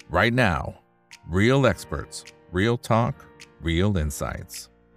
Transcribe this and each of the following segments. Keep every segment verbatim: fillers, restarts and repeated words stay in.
right now. Real experts, real talk, real insights.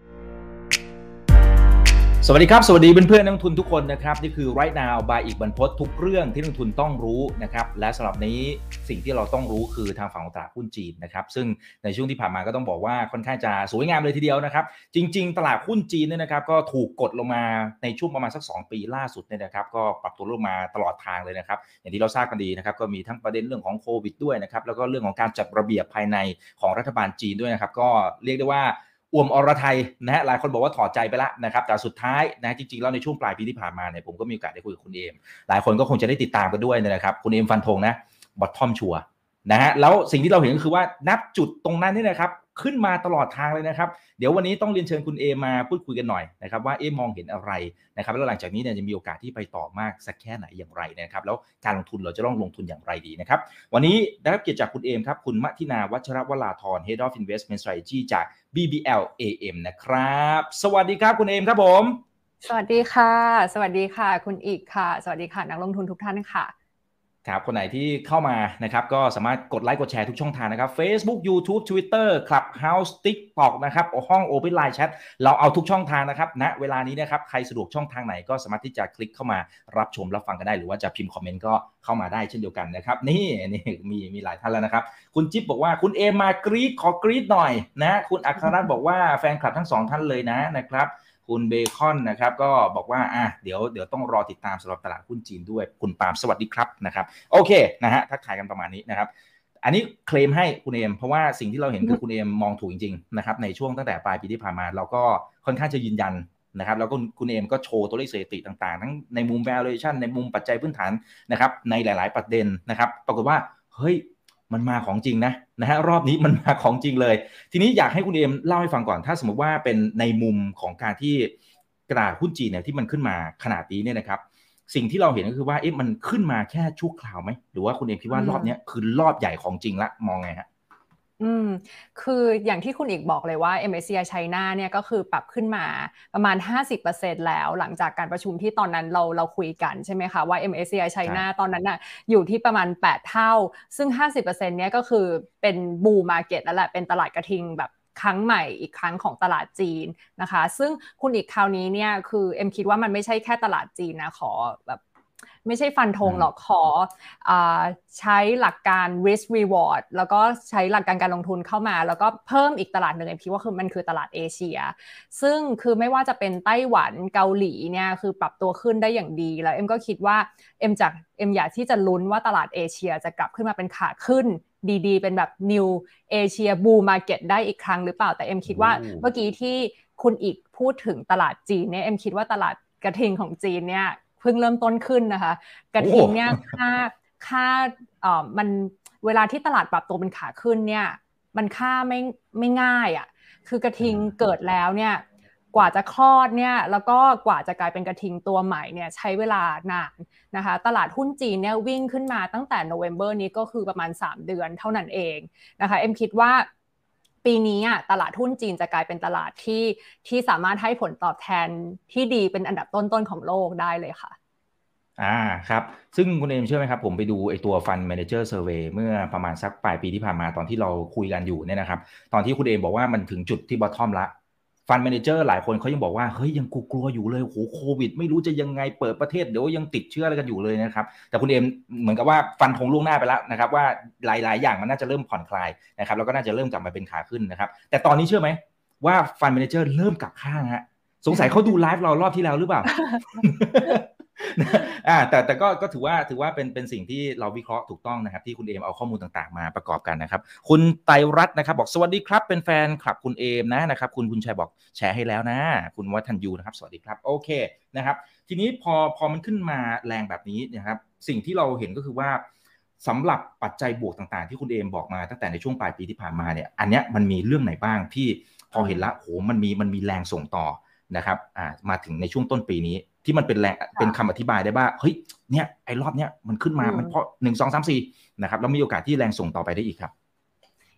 สวัสดีครับสวัสดีเพื่อนๆนักลงทุนทุกคนนะครับนี่คือ Right Now by อีกบรรพตทุกเรื่องที่นักลงทุนต้องรู้นะครับและสำหรับนี้สิ่งที่เราต้องรู้คือทางฝั่งของตลาดหุ้นจีนนะครับซึ่งในช่วงที่ผ่านมาก็ต้องบอกว่าค่อนข้างจะสวยงามเลยทีเดียวนะครับจริงๆตลาดหุ้นจีนเนี่ยนะครับก็ถูกกดลงมาในช่วงประมาณสักสองปีล่าสุดเนี่ยนะครับก็ปรับตัวลงมาตลอดทางเลยนะครับอย่างที่เราทราบกันดีนะครับก็มีทั้งประเด็นเรื่องของโควิดด้วยนะครับแล้วก็เรื่องของการจัดระเบียบภายในของรัฐบาลจีนด้วยนะครับก็เรียกได้ว่าอ่วมอรไทยนะฮะหลายคนบอกว่าถอดใจไปแล้วนะครับแต่สุดท้ายนะจริงๆแล้วในช่วงปลายปีที่ผ่านมาเนี่ยผมก็มีโอกาสได้คุยกับคุณเอมหลายคนก็คงจะได้ติดตามกันด้วยนะครับคุณเอมฟันธงนะบอททอมชัวร์นะฮะแล้วสิ่งที่เราเห็นก็คือว่านับจุดตรงนั้นนี่นะครับขึ้นมาตลอดทางเลยนะครับเดี๋ยววันนี้ต้องเรียนเชิญคุณเอมมาพูดคุยกันหน่อยนะครับว่าเอมมองเห็นอะไรนะครับแล้วหลังจากนี้เนี่ยจะมีโอกาสที่ไปต่อมากสักแค่ไหนอย่างไรนะครับแล้วการลงทุนเราจะต้องลงทุนอย่างไรดีนะครับวันนี้ได้รับเกียรติจากคุณเอมครับคุณมทินาวัชรวราธร Head of Investment Strategy จาก บี บี แอล เอ เอ็ม นะครับสวัสดีครับคุณเอมครับผมสวัสดีค่ะสวัสดีค่ะคุณอีกค่ะสวัสดีค่ะนักลงทุนทุกท่านค่ะครับคนไหนที่เข้ามานะครับก็สามารถกดไลค์กดแชร์ทุกช่องทางนะครับ Facebook YouTube Twitter Clubhouse TikTok นะครับห้อง Open Line Chat เราเอาทุกช่องทางนะครับณนะเวลานี้นะครับใครสะดวกช่องทางไหนก็สามารถที่จะคลิกเข้ามารับชมรับฟังกันได้หรือว่าจะพิมพ์คอมเมนต์ก็เข้ามาได้เช่นเดียวกันนะครับนี่นี่มีมีหลายท่านแล้วนะครับคุณจิ๊บบอกว่าคุณเอมากรี๊ดขอกรี๊ดหน่อยนะคุณอัครรัตน์บอกว่าแฟนคลับทั้งสองท่านเลยนะนะครับคุณเบคอนนะครับก็บอกว่าอ่ะเดี๋ยวเดี๋ยวต้องรอติดตามสำหรับตลาดหุ้นจีนด้วยคุณปาล์มสวัสดีครับนะครับโอเคนะฮะทักทายกันประมาณนี้นะครับอันนี้เคลมให้คุณเอมเพราะว่าสิ่งที่เราเห็นคือคุณเอมมองถูกจริงๆนะครับในช่วงตั้งแต่ปลายปีที่ผ่านมาเราก็ค่อนข้างจะยืนยันนะครับแล้วก็คุณเอมก็โชว์ตัวเลขสถิติต่างๆทั้งในมุม valuation ในมุมปัจจัยพื้นฐานนะครับในหลายๆประเด็นนะครับปรากฏว่าเฮ้ยมันมาของจริงนะนะฮะรอบนี้มันมาของจริงเลยทีนี้อยากให้คุณเอมเล่าให้ฟังก่อนถ้าสมมติว่าเป็นในมุมของการที่ตลาดหุ้นจีนเนี่ยที่มันขึ้นมาขนาดนี้เนี่ยนะครับสิ่งที่เราเห็นก็คือว่าเอ๊ะมันขึ้นมาแค่ชั่วคราวไหมหรือว่าคุณเอมคิดว่ารอบนี้คือรอบใหญ่ของจริงละมองไงฮะอืมคืออย่างที่คุณอีกบอกเลยว่า เอ็ม เอส ซี ไอ China เนี่ยก็คือปรับขึ้นมาประมาณ ห้าสิบเปอร์เซ็นต์ แล้วหลังจากการประชุมที่ตอนนั้นเราเราคุยกันใช่ไหมคะว่า เอ็ม เอส ซี ไอ China ตอนนั้นน่ะอยู่ที่ประมาณแปดเท่าซึ่ง ห้าสิบเปอร์เซ็นต์ เนี่ยก็คือเป็นบูมมาร์เก็ตแล้วแหละเป็นตลาดกระทิงแบบครั้งใหม่อีกครั้งของตลาดจีนนะคะซึ่งคุณอีกคราวนี้เนี่ยคือเอ็มคิดว่ามันไม่ใช่แค่ตลาดจีนนะขอแบบไม่ใช่ฟันธงหรอกขออ่าใช้หลักการ risk reward แล้วก็ใช้หลักการการลงทุนเข้ามาแล้วก็เพิ่มอีกตลาดหนึ่งเอ็มคิดว่าคือมันคือตลาดเอเชียซึ่งคือไม่ว่าจะเป็นไต้หวันเกาหลีเนี่ยคือปรับตัวขึ้นได้อย่างดีแล้วเอ็มก็คิดว่าเอ็มจากเอ็มอยากที่จะลุ้นว่าตลาดเอเชียจะกลับขึ้นมาเป็นขาขึ้นดีๆเป็นแบบ New Asia Bull Market ได้อีกครั้งหรือเปล่าแต่เอ็มคิดว่าเมื่อกี้ที่คุณอีกพูดถึงตลาดจีนเนี่ยเอ็มคิดว่าตลาดกระทิงของจีนเนี่ยเพิ่งเริ่มต้นขึ้นนะคะกระทิงเนี่ยค่าค่าเอ่อมันเวลาที่ตลาดปรับตัวเป็นขาขึ้นเนี่ยมันค่าไม่ไม่ง่ายอ่ะคือกระทิงเกิดแล้วเนี่ยกว่าจะคลอดเนี่ยแล้วก็กว่าจะกลายเป็นกระทิงตัวใหม่เนี่ยใช้เวลานานนะคะตลาดหุ้นจีนเนี่ยวิ่งขึ้นมาตั้งแต่โนเวม ber นี้ก็คือประมาณสามเดือนเท่านั้นเองนะคะเอ็มคิดว่าปีนี้อ่ะตลาดหุ้นจีนจะกลายเป็นตลาดที่ที่สามารถให้ผลตอบแทนที่ดีเป็นอันดับต้นๆของโลกได้เลยค่ะอ่าครับซึ่งคุณเอมเชื่อไหมครับผมไปดูไอตัว Fund Manager Survey เมื่อประมาณสักปลายปีที่ผ่านมาตอนที่เราคุยกันอยู่เนี่ยนะครับตอนที่คุณเอมบอกว่ามันถึงจุดที่ bottom ละ Fund Manager หลายคนเขายังบอกว่าเฮ้ยยังกลัวอยู่เลยโหโควิดไม่รู้จะยังไงเปิดประเทศเดี๋ยวยังติดเชื้ออะไรกันอยู่เลยนะครับแต่คุณเอมเหมือนกับว่าฟันธงล่วงหน้าไปแล้วนะครับว่าหลายๆอย่างมันน่าจะเริ่มผ่อนคลายนะครับแล้วก็น่าจะเริ่มกลับมาเป็นขาขึ้นนะครับแต่ตอนนี้เชื่อไหมว่า Fund Manager เริ่มกลับข้างฮะสงสัยเขาดูไลฟ์เรารอบที่แล้วหรือเปล่า อ่าแต่แต่ก็ก็ถือว่าถือว่าเป็นเป็นสิ่งที่เราวิเคราะห์ถูกต้องนะครับที่คุณเอมเอาข้อมูลต่างๆมาประกอบกันนะครับคุณไตรรัตน์นะครับบอกสวัสดีครับเป็นแฟนคลับคุณเอมนะนะครับคุณบุญชัยบอกแชร์ให้แล้วนะคุณวัฒนยูนะครับสวัสดีครับโอเคนะครับทีนี้พอพอมันขึ้นมาแรงแบบนี้นะครับสิ่งที่เราเห็นก็คือว่าสำหรับปัจจัยบวกต่างๆที่คุณเอมบอกมาตั้งแต่ในช่วงปลายปีที่ผ่านมาเนี่ยอันเนี้ยมันมีเรื่องไหนบ้างที่พอเห็นละโหมันมีมันมีแรงส่งต่อนะครับอ่ามาถึงในช่วงต้นปีนี้ที่มันเป็นแรงเป็นคำอธิบายได้ว่าเฮ้ยเนี่ยไอ้รอบเนี้ยมันขึ้นมามันเพราะหนึ่งสองสามสี่นะครับแล้วมีโอกาสที่แรงส่งต่อไปได้อีกครับ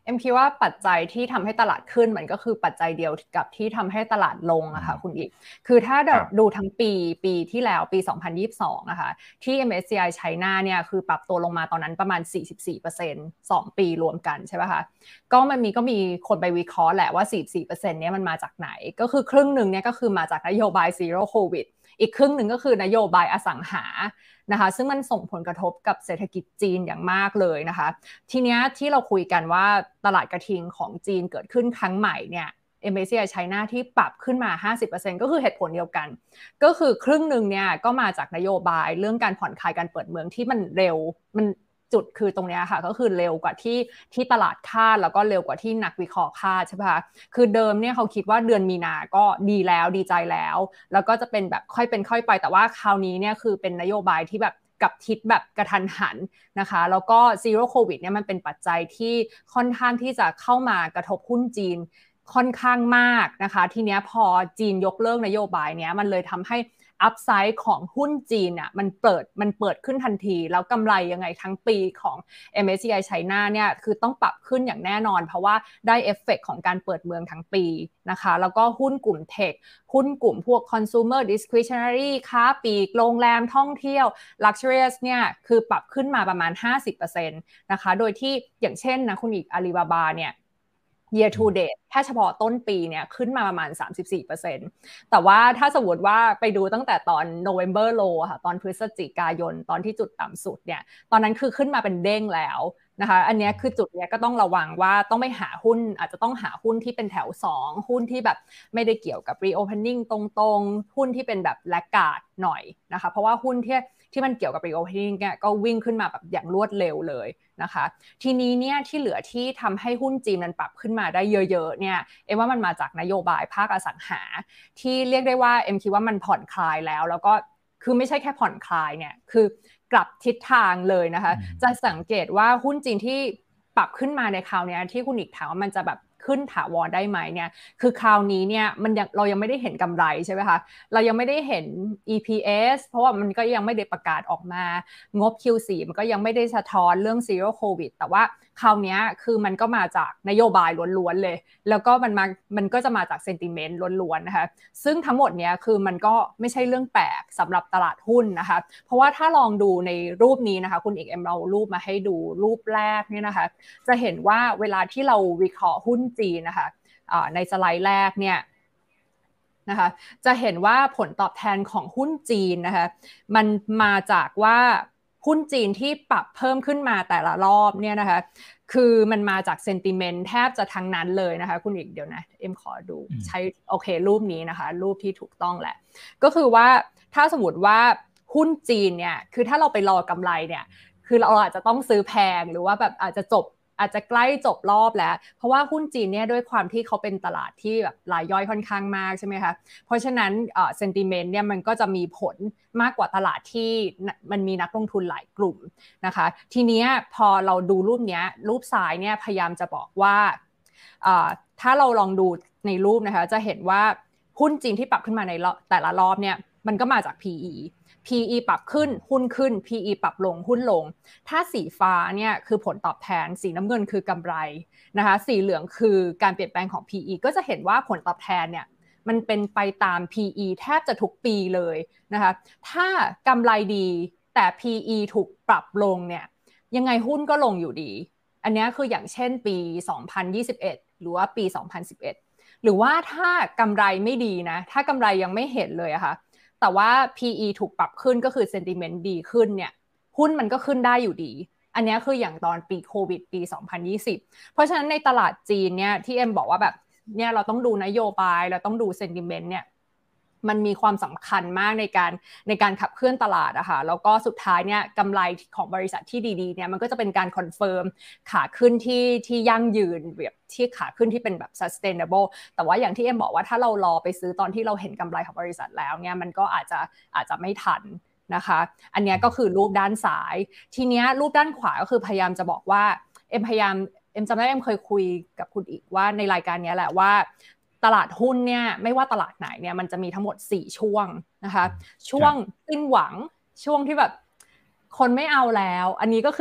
เอ็มคิดว่าปัจจัยที่ทำให้ตลาดขึ้นมันก็คือปัจจัยเดียวกับที่ทำให้ตลาดลงอะค่ะคุณอีกคือถ้าดูทั้งปีปีที่แล้วปีสองพันยี่สิบสองนะคะที่ เอ็ม เอส ซี ไอ China เนี่ยคือปรับตัวลงมาตอนนั้นประมาณ สี่สิบสี่เปอร์เซ็นต์ สองปีรวมกันใช่ป่ะคะก็มันมีก็มีคนไปวิเคราะห์แหละว่า สี่สิบสี่เปอร์เซ็นต์ เนี่ยมันมาจากไหนก็คือครึ่งนึงเนี่ยก็คือมาจากนโยบาย Zero Covid อีกครึ่งนึงก็คือนโยบายอสังหานะคะซึ่งมันส่งผลกระทบกับเศรษฐกิจจีนอย่างมากเลยนะคะทีเนี้ยที่เราคุยกันว่าตลาดกระทิงของจีนเกิดขึ้นครั้งใหม่เนี่ย เอ็ม เอส ซี ไอ China ที่ปรับขึ้นมา ห้าสิบเปอร์เซ็นต์ ก็คือเหตุผลเดียวกันก็คือครึ่งนึงเนี่ยก็มาจากนโยบายเรื่องการผ่อนคลายการเปิดเมืองที่มันเร็วมันจุดคือตรงนี้ค่ะก็คือเร็วกว่าที่ที่ตลาดคาดแล้วก็เร็วกว่าที่นักวิเคราะห์คาดใช่ไหมคะคือเดิมเนี่ยเขาคิดว่าเดือนมีนาก็ดีแล้วดีใจแล้วแล้วก็จะเป็นแบบค่อยเป็นค่อยไปแต่ว่าคราวนี้เนี่ยคือเป็นนโยบายที่แบบกับทิศแบบกระทันหันนะคะแล้วก็ Zero Covid เนี่ยมันเป็นปัจจัยที่ค่อนข้างที่จะเข้ามากระทบหุ้นจีนค่อนข้างมากนะคะทีเนี้ยพอจีนยกเลิกนโยบายเนี้ยมันเลยทำให้อัพไซด์ของหุ้นจีนน่ะมันเปิดมันเปิดขึ้นทันทีแล้วกำไรยังไงทั้งปีของ เอ็ม เอส ซี ไอ China เนี่ยคือต้องปรับขึ้นอย่างแน่นอนเพราะว่าได้เอฟเฟกต์ของการเปิดเมืองทั้งปีนะคะแล้วก็หุ้นกลุ่มเทคหุ้นกลุ่มพวก consumer discretionary ค้าปลีกโรงแรมท่องเที่ยว luxurious เนี่ยคือปรับขึ้นมาประมาณ ห้าสิบเปอร์เซ็นต์ นะคะโดยที่อย่างเช่นนะคุณอีก Alibaba เนี่ยyear to date แค่เฉพาะต้นปีเนี่ยขึ้นมาประมาณ สามสิบสี่เปอร์เซ็นต์ แต่ว่าถ้าสมมติว่าไปดูตั้งแต่ตอน November low ค่ะตอนพฤศจิกายนตอนที่จุดต่ำสุดเนี่ยตอนนั้นคือขึ้นมาเป็นเด้งแล้วนะคะอันนี้คือจุดเนี้ยก็ต้องระวังว่าต้องไปหาหุ้นอาจจะต้องหาหุ้นที่เป็นแถวสองหุ้นที่แบบไม่ได้เกี่ยวกับ reopening ตรงๆหุ้นที่เป็นแบบ laggard หน่อยนะคะเพราะว่าหุ้นที่ที่มันเกี่ยวกับ reopening เนี่ยก็วิ่งขึ้นมาแบบอย่างรวดเร็วเลยนะคะทีนี้เนี่ยที่เหลือที่ทำให้หุ้นจีนมันปรับขึ้นมาได้เยอะๆเนี่ยเอ็มว่ามันมาจากนโยบายภาคอสังหาที่เรียกได้ว่าเอ็มคิดว่ามันผ่อนคลายแล้วแล้วก็คือไม่ใช่แค่ผ่อนคลายเนี่ยคือกลับทิศทางเลยนะคะจะสังเกตว่าหุ้นจีนที่ปรับขึ้นมาในคราวนี้ที่คุณอีกถามว่ามันจะแบบขึ้นถาวรได้ไหมเนี่ยคือคราวนี้เนี่ยมันยังเรายังไม่ได้เห็นกำไรใช่ไหมคะเรายังไม่ได้เห็น อี พี เอส เพราะว่ามันก็ยังไม่ได้ประกาศออกมางบ คิว โฟร์ มันก็ยังไม่ได้สะท้อนเรื่อง Zero Covid แต่ว่าคราวนี้คือมันก็มาจากนโยบายล้วนๆเลยแล้วก็มันมามันก็จะมาจาก sentiment ล้วนๆนะคะซึ่งทั้งหมดเนี้ยคือมันก็ไม่ใช่เรื่องแปลกสำหรับตลาดหุ้นนะคะเพราะว่าถ้าลองดูในรูปนี้นะคะคุณเอกเอ็มเรารูปมาให้ดูรูปแรกเนี่ยนะคะจะเห็นว่าเวลาที่เราวิเคราะห์หุ้นจีนนะคะในสไลด์แรกเนี่ยนะคะจะเห็นว่าผลตอบแทนของหุ้นจีนนะคะมันมาจากว่าหุ้นจีนที่ปรับเพิ่มขึ้นมาแต่ละรอบเนี่ยนะคะคือมันมาจากเซนติเมนต์แทบจะทั้งนั้นเลยนะคะคุณอีกเดี๋ยวนะเอ็มขอดูใช้โอเครูปนี้นะคะรูปที่ถูกต้องแหละก็คือว่าถ้าสมมติว่าหุ้นจีนเนี่ยคือถ้าเราไปรอกำไรเนี่ยคือเราอาจจะต้องซื้อแพงหรือว่าแบบอาจจะจบอาจจะใกล้จบรอบแล้วเพราะว่าหุ้นจีนเนี่ยด้วยความที่เขาเป็นตลาดที่แบบรายย่อยค่อนข้างมากใช่ไหมคะเพราะฉะนั้นเอ่อเซนติเมนต์เนี่ยมันก็จะมีผลมากกว่าตลาดที่มันมีนักลงทุนหลายกลุ่มนะคะทีนี้พอเราดูรูปเนี้ยรูปซ้ายเนี่ยพยายามจะบอกว่าเอ่อถ้าเราลองดูในรูปนะคะจะเห็นว่าหุ้นจีนที่ปรับขึ้นมาในแต่ละรอบเนี่ยมันก็มาจาก พี อีพี อี ปรับขึ้นหุ้นขึ้น พี อี ปรับลงหุ้นลงถ้าสีฟ้าเนี่ยคือผลตอบแทนสีน้ำเงินคือกำไรนะคะสีเหลืองคือการเปลี่ยนแปลงของ พี อี ก็จะเห็นว่าผลตอบแทนเนี่ยมันเป็นไปตาม พี อี แทบจะทุกปีเลยนะคะถ้ากำไรดีแต่ พี อี ถูกปรับลงเนี่ยยังไงหุ้นก็ลงอยู่ดีอันนี้คืออย่างเช่นปีสองพันยี่สิบเอ็ดหรือว่าปีสองพันสิบเอ็ดหรือว่าถ้ากำไรไม่ดีนะถ้ากำไรยังไม่เห็นเลยอะค่ะแต่ว่า พี อี ถูกปรับขึ้นก็คือ sentiment ดีขึ้นเนี่ยหุ้นมันก็ขึ้นได้อยู่ดีอันนี้คืออย่างตอนปีโควิดปีสองพันยี่สิบเพราะฉะนั้นในตลาดจีนเนี่ยที่เอ็มบอกว่าแบบเนี่ยเราต้องดูนโยบายเราต้องดู sentiment เนี่ยมันมีความสำคัญมากในการในการขับเคลื่อนตลาดอะค่ะแล้วก็สุดท้ายเนี่ยกำไรของบริษัทที่ดีๆเนี่ยมันก็จะเป็นการคอนเฟิร์มขาขึ้นที่ที่ยั่งยืนแบบที่ขาขึ้นที่เป็นแบบ sustainable แต่ว่าอย่างที่เอ็มบอกว่าถ้าเรารอไปซื้อตอนที่เราเห็นกำไรของบริษัทแล้วเนี่ยมันก็อาจจะอาจจะไม่ทันนะคะอันนี้ก็คือรูปด้านซ้ายทีเนี้ยรูปด้านขวาก็คือพยายามจะบอกว่าเอ็มพยายามเอ็มจำได้เอ็มเคยคุยกับคุณอีกว่าในรายการนี้แหละว่าตลาดหุ้นเนี่ยไม่ว่าตลาดไหนเนี่ยมันจะมีทั้งหมดสี่ช่วงนะคะช่วงสิ้นหวังช่วงที่แบบคนไม่เอาแล้วอันนี้ก็คือ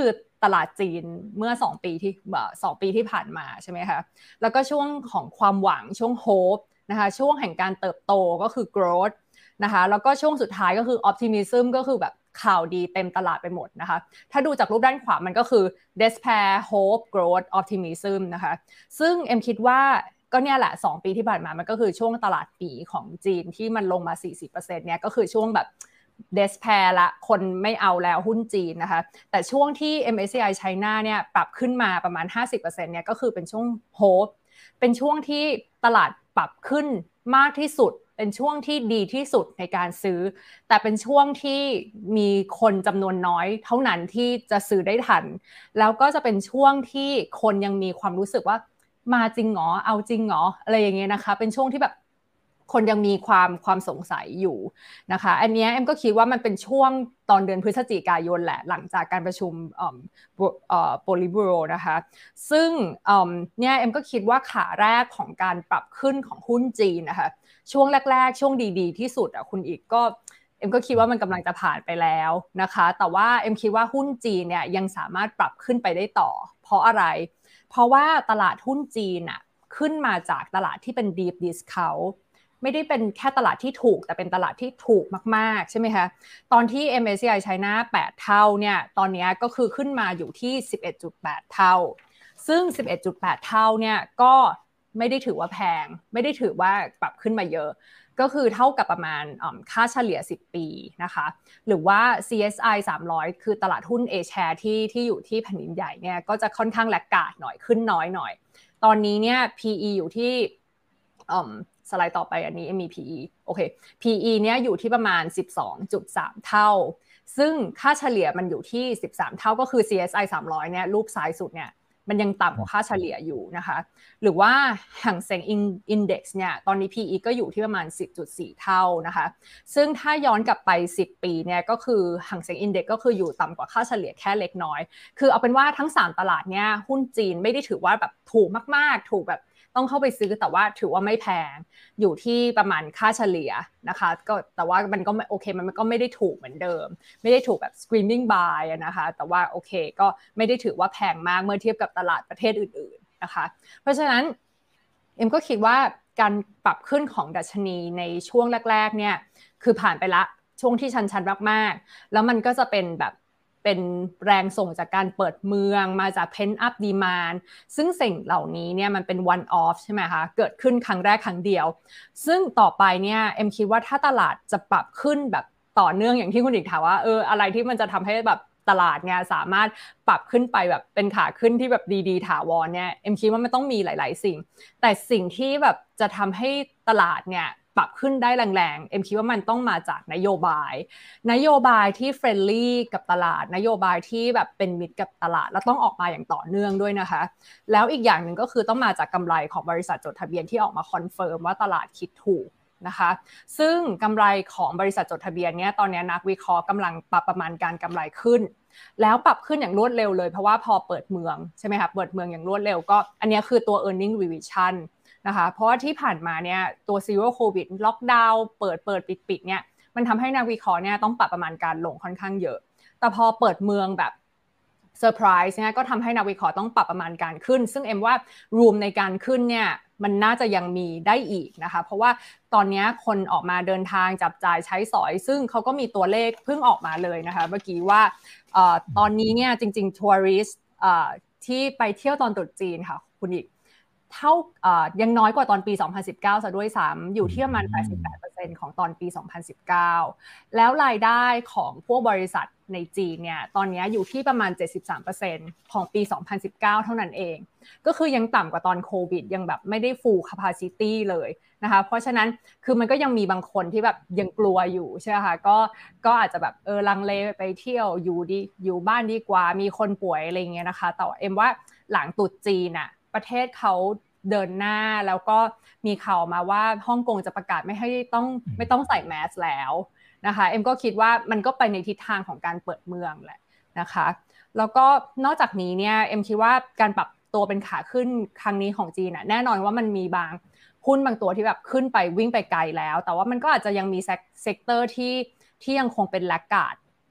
ตลาดจีนเมื่อสองปีที่สองปีที่ผ่านมาใช่ไหมคะแล้วก็ช่วงของความหวังช่วง hope นะคะช่วงแห่งการเติบโตก็คือ growth นะคะแล้วก็ช่วงสุดท้ายก็คือ optimism ก็คือแบบข่าวดีเต็มตลาดไปหมดนะคะถ้าดูจากรูปด้านขวามันก็คือ despair hope growth optimism นะคะซึ่งเอ็มคิดว่าก็เนี่ยแหละสองปีที่ผ่านมามันก็คือช่วงตลาดปีของจีนที่มันลงมา สี่สิบเปอร์เซ็นต์ เนี่ยก็คือช่วงแบบ despair ละคนไม่เอาแล้วหุ้นจีนนะคะแต่ช่วงที่ เอ็ม เอส ซี ไอ China เนี่ยปรับขึ้นมาประมาณ ห้าสิบเปอร์เซ็นต์ เนี่ยก็คือเป็นช่วง hope เป็นช่วงที่ตลาดปรับขึ้นมากที่สุดเป็นช่วงที่ดีที่สุดในการซื้อแต่เป็นช่วงที่มีคนจำนวนน้อยเท่านั้นที่จะซื้อได้ทันแล้วก็จะเป็นช่วงที่คนยังมีความรู้สึกว่ามาจริงเหรอเอาจริงเหรออะไรอย่างเงี้ยนะคะเป็นช่วงที่แบบคนยังมีความความสงสัยอยู่นะคะอันนี้เอ็มก็คิดว่ามันเป็นช่วงตอนเดือนพฤศจิกายนแหละหลังจากการประชุมเอ่อเอ่อโพลิบูโรนะคะซึ่งเอ่อเนี่ยเอ็มก็คิดว่าขาแรกของการปรับขึ้นของหุ้นจีนนะคะช่วงแรกๆช่วงดีๆที่สุดอ่ะคุณอีกก็เอ็มก็คิดว่ามันกำลังจะผ่านไปแล้วนะคะแต่ว่าเอ็มคิดว่าหุ้นจีนเนี่ยยังสามารถปรับขึ้นไปได้ต่อเพราะอะไรเพราะว่าตลาดหุ้นจีนอ่ะขึ้นมาจากตลาดที่เป็น deep discountไม่ได้เป็นแค่ตลาดที่ถูกแต่เป็นตลาดที่ถูกมากๆใช่ไหมคะตอนที่ เอ็ม เอส ซี ไอ China แปดเท่าเนี่ยตอนนี้ก็คือขึ้นมาอยู่ที่ สิบเอ็ดจุดแปด เท่าซึ่ง สิบเอ็ดจุดแปด เท่าเนี่ยก็ไม่ได้ถือว่าแพงไม่ได้ถือว่าปรับขึ้นมาเยอะก็คือเท่ากับประมาณค่าเฉลี่ยสิบปีนะคะหรือว่า ซี เอส ไอ สามร้อยคือตลาดหุ้น A-share ที่ที่อยู่ที่แผ่นดินใหญ่เนี่ยก็จะค่อนข้างแลกขาดหน่อยขึ้นน้อยหน่อยตอนนี้เนี่ย พี อี อยู่ที่สไลด์ต่อไปอันนี้มี พี อี โอเค พี อี เนี่ยอยู่ที่ประมาณ สิบสองจุดสาม เท่าซึ่งค่าเฉลี่ยมันอยู่ที่สิบสามเท่าก็คือ ซี เอส ไอ สามร้อยเนี่ยรูปซ้ายสุดเนี่ยมันยังต่ำกว่าค่าเฉลี่ยอยู่นะคะหรือว่าหังเส็งอินเด็กซ์เนี่ยตอนนี้ พี อี ก็อยู่ที่ประมาณ สิบจุดสี่ เท่านะคะซึ่งถ้าย้อนกลับไปสิบปีเนี่ยก็คือหังเส็งอินเด็กซ์ก็คืออยู่ต่ำกว่าค่าเฉลี่ยแค่เล็กน้อยคือเอาเป็นว่าทั้งสามตลาดเนี่ยหุ้นจีนไม่ได้ถือว่าแบบถูกมากๆถูกแบบต้องเข้าไปซื้อแต่ว่าถือว่าไม่แพงอยู่ที่ประมาณค่าเฉลี่ยนะคะก็แต่ว่ามันก็โอเคมันก็ไม่ได้ถูกเหมือนเดิมไม่ได้ถูกแบบ screaming buy นะคะแต่ว่าโอเคก็ไม่ได้ถือว่าแพงมากเมื่อเทียบกับตลาดประเทศอื่นๆนะคะเพราะฉะนั้นเอ็มก็คิดว่าการปรับขึ้นของดัชนีในช่วงแรกๆเนี่ยคือผ่านไปละช่วงที่ชันๆมากๆแล้วมันก็จะเป็นแบบเป็นแรงส่งจากการเปิดเมืองมาจาก pent up demand ซึ่งสิ่งเหล่านี้เนี่ยมันเป็น one off ใช่ไหมคะเกิดขึ้นครั้งแรกครั้งเดียวซึ่งต่อไปเนี่ยเอ็มคิดว่าถ้าตลาดจะปรับขึ้นแบบต่อเนื่องอย่างที่คุณอีกถามว่าเอออะไรที่มันจะทำให้แบบตลาดเนี่ยสามารถปรับขึ้นไปแบบเป็นขาขึ้นที่แบบดีๆถาวรเนี่ยเอ็มคิดว่ามันต้องมีหลายๆสิ่งแต่สิ่งที่แบบจะทำให้ตลาดเนี่ยปรับขึ้นได้แรงๆเอ็มคิดว่ามันต้องมาจากนโยบายนโยบายที่เฟรนลี่กับตลาดนโยบายที่แบบเป็นมิตรกับตลาดแล้วต้องออกมาอย่างต่อเนื่องด้วยนะคะแล้วอีกอย่างหนึ่งก็คือต้องมาจากกำไรของบริษัทจดทะเบียนที่ออกมาคอนเฟิร์มว่าตลาดคิดถูกนะคะซึ่งกำไรของบริษัทจดทะเบียนเนี่ยตอนนี้นักวิเคราะห์กำลังปรับประมาณการกำไรขึ้นแล้วปรับขึ้นอย่างรวดเร็วเลยเพราะว่าพอเปิดเมืองใช่ไหมคะเปิดเมืองอย่างรวดเร็วก็อันนี้คือตัว earning revisionนะคะเพราะว่าที่ผ่านมาเนี่ยตัว zero covid ล็อกดาวน์เปิดเปิดปิดปิดเนี่ยมันทำให้นักวิเคราะห์เนี่ยต้องปรับประมาณการลงค่อนข้างเยอะแต่พอเปิดเมืองแบบเซอร์ไพรส์เนี่ยก็ทำให้นักวิเคราะห์ต้องปรับประมาณการขึ้นซึ่งเอ็มว่า room ในการขึ้นเนี่ยมันน่าจะยังมีได้อีกนะคะเพราะว่าตอนนี้คนออกมาเดินทางจับจ่ายใช้สอยซึ่งเขาก็มีตัวเลขเพิ่งออกมาเลยนะคะเมื่อกี้ว่าเอ่อตอนนี้เนี่ยจริงๆทัวริสต์เอ่อที่ไปเที่ยวตอนตรุษจีนค่ะคุณอีกเท่าเอ่อยังน้อยกว่าตอนปีสองพันสิบเก้าซะด้วยซ้ำอยู่ที่ประมาณ แปดสิบแปดเปอร์เซ็นต์ ของตอนปีสองพันสิบเก้าแล้วรายได้ของพวกบริษัทในจีนเนี่ยตอนนี้อยู่ที่ประมาณ เจ็ดสิบสามเปอร์เซ็นต์ ของปีสองพันสิบเก้าเท่านั้นเองก็คือยังต่ำกว่าตอนโควิดยังแบบไม่ได้ full capacity เลยนะคะเพราะฉะนั้นคือมันก็ยังมีบางคนที่แบบยังกลัวอยู่ใช่ไหมคะก็ก็อาจจะแบบเออลังเลไปเที่ยวอยู่ดีอยู่บ้านดีกว่ามีคนป่วยอะไรอย่างเงี้ยนะคะแต่เอ็มว่าหลังตรุษจีนน่ะประเทศเขาเดินหน้าแล้วก็มีข่าวมาว่าฮ่องกงจะประกาศไม่ให้ต้องไม่ต้องใส่แมสแล้วนะคะเอ็มก็คิดว่ามันก็ไปในทิศทางของการเปิดเมืองแหละนะคะแล้วก็นอกจากนี้เนี่ยเอ็มคิดว่าการปรับตัวเป็นขาขึ้นครั้งนี้ของจีนน่ะแน่นอนว่ามันมีบางหุ้นบางตัวที่แบบขึ้นไปวิ่งไปไกลแล้วแต่ว่ามันก็อาจจะยังมีเซกเตอร์ที่ที่ยังคงเป็นแลกการ์ด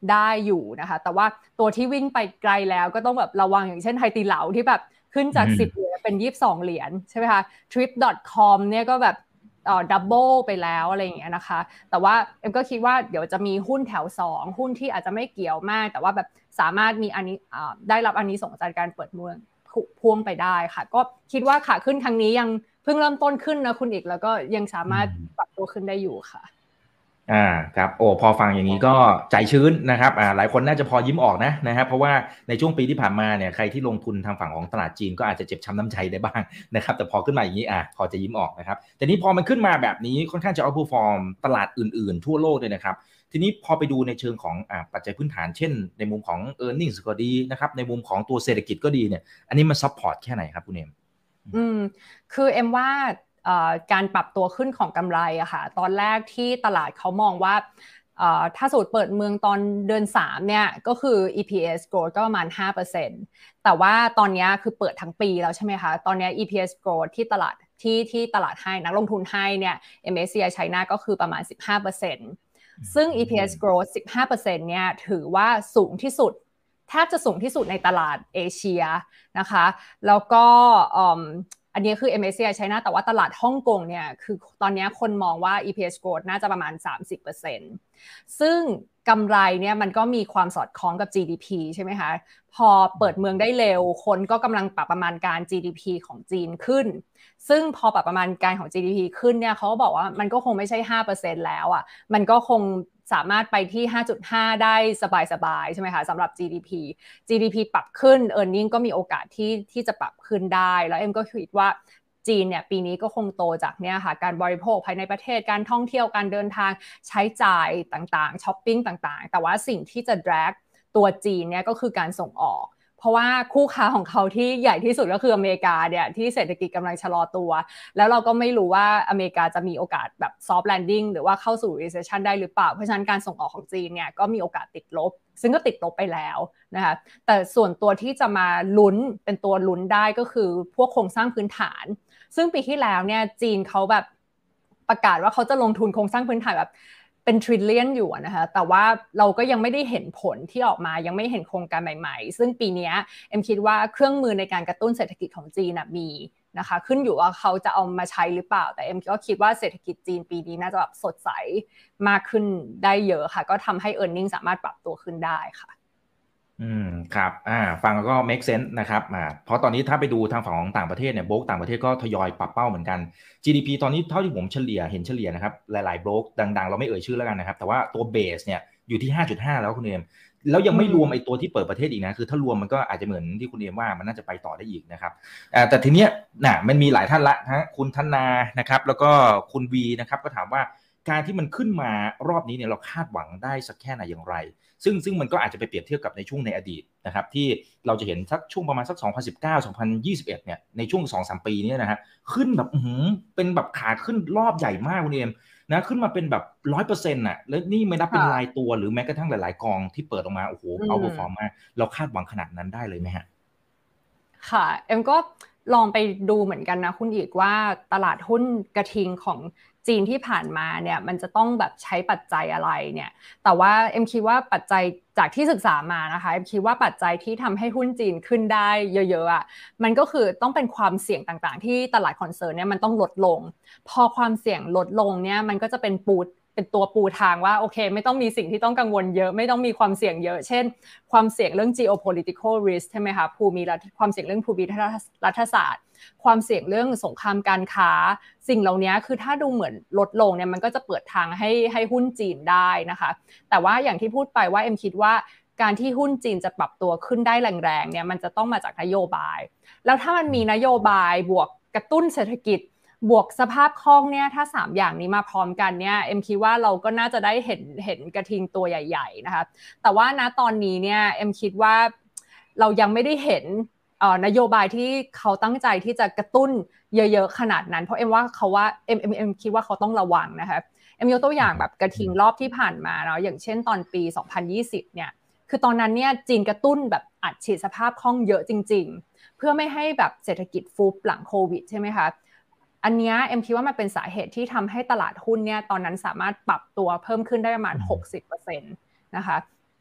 ได้อยู่นะคะแต่ว่าตัวที่วิ่งไปไกลแล้วก็ต้องแบบระวังอย่างเช่นไทยตีเหลาที่แบบขึ้นจากสิบเหรียญเป็นยี่สิบสองเหรียญใช่ไหมคะ ทริป ดอท คอม เนี่ยก็แบบเอ่อดับเบิลไปแล้วอะไรอย่างเงี้ยนะคะแต่ว่าเอ็มก็คิดว่าเดี๋ยวจะมีหุ้นแถวสองหุ้นที่อาจจะไม่เกี่ยวมากแต่ว่าแบบสามารถมีอันนี้ได้รับอันนี้ส่งจากการเปิดเมืองพ่วงไปได้ค่ะก็คิดว่าขาขึ้นครั้งนี้ยังเพิ่งเริ่มต้นขึ้นนะคุณอีกแล้วก็ยังสามารถปรับตัวขึ้นได้อยู่ค่ะอ่าครับโอ้พอฟังอย่างนี้ก็ใจชื้นนะครับอ่าหลายคนน่าจะพอยิ้มออกนะนะครับเพราะว่าในช่วงปีที่ผ่านมาเนี่ยใครที่ลงทุนทางฝั่งของตลาดจีนก็อาจจะเจ็บช้ำน้ำใจได้บ้างนะครับแต่พอขึ้นมาอย่างนี้อ่ะพอจะยิ้มออกนะครับแต่นี้พอมันขึ้นมาแบบนี้ค่อนข้างจะ outperform ตลาดอื่นๆทั่วโลกเลยนะครับทีนี้พอไปดูในเชิงของอ่าปัจจัยพื้นฐานเช่นในมุมของ earnings ก็ดีนะครับในมุมของตัวเศรษฐกิจก็ดีเนี่ยอันนี้มัน support แค่ไหนครับคุณเอมอืมคือเอ็มว่าการปรับตัวขึ้นของกำไรอะค่ะตอนแรกที่ตลาดเขามองว่าถ้าสูตรเปิดเมืองตอนเดือนสามเนี่ยก็คือ อี พี เอส growth ก็ประมาณ ห้าเปอร์เซ็นต์ แต่ว่าตอนนี้คือเปิดทั้งปีแล้วใช่ไหมคะตอนนี้ อี พี เอส growth ที่ตลาดที่ที่ตลาดให้นักลงทุนให้เนี่ย เอ็ม เอส ซี ไอ China ก็คือประมาณ สิบห้าเปอร์เซ็นต์ ซึ่ง อี พี เอส growth สิบห้าเปอร์เซ็นต์ เนี่ยถือว่าสูงที่สุดแทบจะสูงที่สุดในตลาดเอเชียนะคะแล้วก็อันนี้คือ เอ็ม เอส ซี ไอ China แต่ว่าตลาดฮ่องกงเนี่ยคือตอนนี้คนมองว่า อี พี เอส growth น่าจะประมาณ สามสิบเปอร์เซ็นต์ ซึ่งกำไรเนี่ยมันก็มีความสอดคล้องกับ จี ดี พี ใช่ไหมคะพอเปิดเมืองได้เร็วคนก็กำลังปรับประมาณการ จี ดี พี ของจีนขึ้นซึ่งพอปรับประมาณการของ จี ดี พี ขึ้นเนี่ยเขาก็บอกว่ามันก็คงไม่ใช่ ห้าเปอร์เซ็นต์ แล้วอ่ะมันก็คงสามารถไปที่ ห้าจุดห้า ได้สบายๆใช่ไหมคะสำหรับ จี ดี พี จี ดี พี ปรับขึ้น earning ก็มีโอกาสที่ที่จะปรับขึ้นได้แล้วเอ็มก็คิดว่าจีนเนี่ยปีนี้ก็คงโตจากเนี่ยค่ะการบริโภคภายในประเทศการท่องเที่ยวการเดินทางใช้จ่ายต่างๆช้อปปิ้งต่างๆแต่ว่าสิ่งที่จะ drag ตัวจีนเนี่ยก็คือการส่งออกเพราะว่าคู่ค้าของเขาที่ใหญ่ที่สุดก็คืออเมริกาเนี่ยที่เศรษฐกิจกำลังชะลอตัวแล้วเราก็ไม่รู้ว่าอเมริกาจะมีโอกาสแบบ soft landing หรือว่าเข้าสู่ recession ได้หรือเปล่าเพราะฉะนั้นการส่งออกของจีนเนี่ยก็มีโอกาสติดลบซึ่งก็ติดลบไปแล้วนะคะแต่ส่วนตัวที่จะมาลุ้นเป็นตัวลุ้นได้ก็คือพวกโครงสร้างพื้นฐานซึ่งปีที่แล้วเนี่ยจีนเขาแบบประกาศว่าเขาจะลงทุนโครงสร้างพื้นฐานแบบเป็นทริลเลียนอยู่นะคะแต่ว่าเราก็ยังไม่ได้เห็นผลที่ออกมายังไม่เห็นโครงการใหม่ๆซึ่งปีนี้เอ็มคิดว่าเครื่องมือในการกระตุ้นเศรษฐกิจของจีนมีนะคะขึ้นอยู่ว่าเขาจะเอามาใช้หรือเปล่าแต่เอ็มก็คิดว่าเศรษฐกิจจีนปีนี้น่าจะแบบสดใสมากขึ้นได้เยอะค่ะก็ทำให้ earning สามารถปรับตัวขึ้นได้ค่ะอืมครับอ่าฟังแล้วก็ make sense นะครับอ่าเพราะตอนนี้ถ้าไปดูทางฝั่งของต่างประเทศเนี่ยโบรกต่างประเทศก็ทยอยปรับเป้าเหมือนกัน จี ดี พี ตอนนี้เท่าที่ผมเฉลี่ยเห็นเฉลี่ยนะครับหลายๆโบรกดังๆเราไม่เอ่ยชื่อแล้วกันนะครับแต่ว่าตัวเบสเนี่ยอยู่ที่ ห้าจุดห้า แล้วคุณเอมแล้วยังไม่รวมไอ้ตัวที่เปิดประเทศอีกนะคือถ้ารวมมันก็อาจจะเหมือนที่คุณเอมว่ามันน่าจะไปต่อได้อีกนะครับอ่าแต่ทีเนี้ยน่ะมันมีหลายท่านละฮะคุณธนานะครับแล้วก็คุณวีนะครับก็ถามว่าการที่มันขึ้นมารอบนี้เนี่ยเราคาดหวังได้สักแค่ไหนอย่างไรซึ่งซึ่งมันก็อาจจะไปเปรียบเทียบกับในช่วงในอดีตนะครับที่เราจะเห็นสักช่วงประมาณสักสองพันสิบเก้า สองพันยี่สิบเอ็ดเนี่ยในช่วง สองถึงสาม ปีนี้นะฮะขึ้นแบบอื้อหือเป็นแบบขาขึ้นรอบใหญ่มากคุณเอมนะขึ้นมาเป็นแบบ หนึ่งร้อยเปอร์เซ็นต์ น่ะแล้วนี่ไม่นับเป็นรายตัวหรือแม้กระทั่งหลายๆกองที่เปิดออกมาโอ้โหเอาเปอร์ฟอร์มมากเราคาดหวังขนาดนั้นได้เลยไหมฮะค่ะเอ็มก็ลองไปดูเหมือนกันนะคุณอีกว่าตลาดหุ้นกระทิงของจีนที่ผ่านมาเนี่ยมันจะต้องแบบใช้ปัจจัยอะไรเนี่ยแต่ว่าเอ็มคิดว่าปัจจัยจากที่ศึกษามานะคะเอ็มคิดว่าปัจจัยที่ทำให้หุ้นจีนขึ้นได้เยอะๆอ่ะมันก็คือต้องเป็นความเสี่ยงต่างๆที่ตลาดคอนเซิร์นเนี่ยมันต้องลดลงพอความเสี่ยงลดลงเนี่ยมันก็จะเป็นปูเป็นตัวปูทางว่าโอเคไม่ต้องมีสิ่งที่ต้องกังวลเยอะไม่ต้องมีความเสี่ยงเยอะเช่นความเสี่ยงเรื่อง geopolitical risk ใช่ไหมคะภูมิรัฐความเสี่ยงเรื่องภูมิรัฐศาสตร์ความเสี่ยงเรื่องสงครามการค้าสิ่งเหล่านี้คือถ้าดูเหมือนลดลงเนี่ยมันก็จะเปิดทางให้ให้หุ้นจีนได้นะคะแต่ว่าอย่างที่พูดไปว่าเอ็มคิดว่าการที่หุ้นจีนจะปรับตัวขึ้นได้แรงๆเนี่ยมันจะต้องมาจากนโยบายแล้วถ้ามันมีนโยบายบวกกระตุ้นเศรษฐกิจบวกสภาพคล่องเนี่ยถ้าสามอย่างนี้มาพร้อมกันเนี่ยเอ็มคิดว่าเราก็น่าจะได้เห็นเห็นกระทิงตัวใหญ่ๆนะคะแต่ว่าณตอนนี้เนี่ยเอ็มคิดว่าเรายังไม่ได้เห็นนโยบายที่เขาตั้งใจที่จะกระตุ้นเยอะๆขนาดนั้นเพราะเอ็มว่าเขาว่าเอ็มเอ็มเอ็มคิดว่าเขาต้องระวังนะคะเอ็มยกตัวอย่างแบบกระทิงรอบที่ผ่านมาเนาะอย่างเช่นตอนปีสองพันยี่สิบเนี่ยคือตอนนั้นเนี่ยจีนกระตุ้นแบบอัดฉีดสภาพคล่องเยอะจริงๆเพื่อไม่ให้แบบเศรษฐกิจฟุบหลังโควิดใช่ไหมคะอันนี้เอ็มคิดว่ามันเป็นสาเหตุที่ทำให้ตลาดหุ้นเนี่ยตอนนั้นสามารถปรับตัวเพิ่มขึ้นได้ประมาณ หกสิบเปอร์เซ็นต์ นะคะ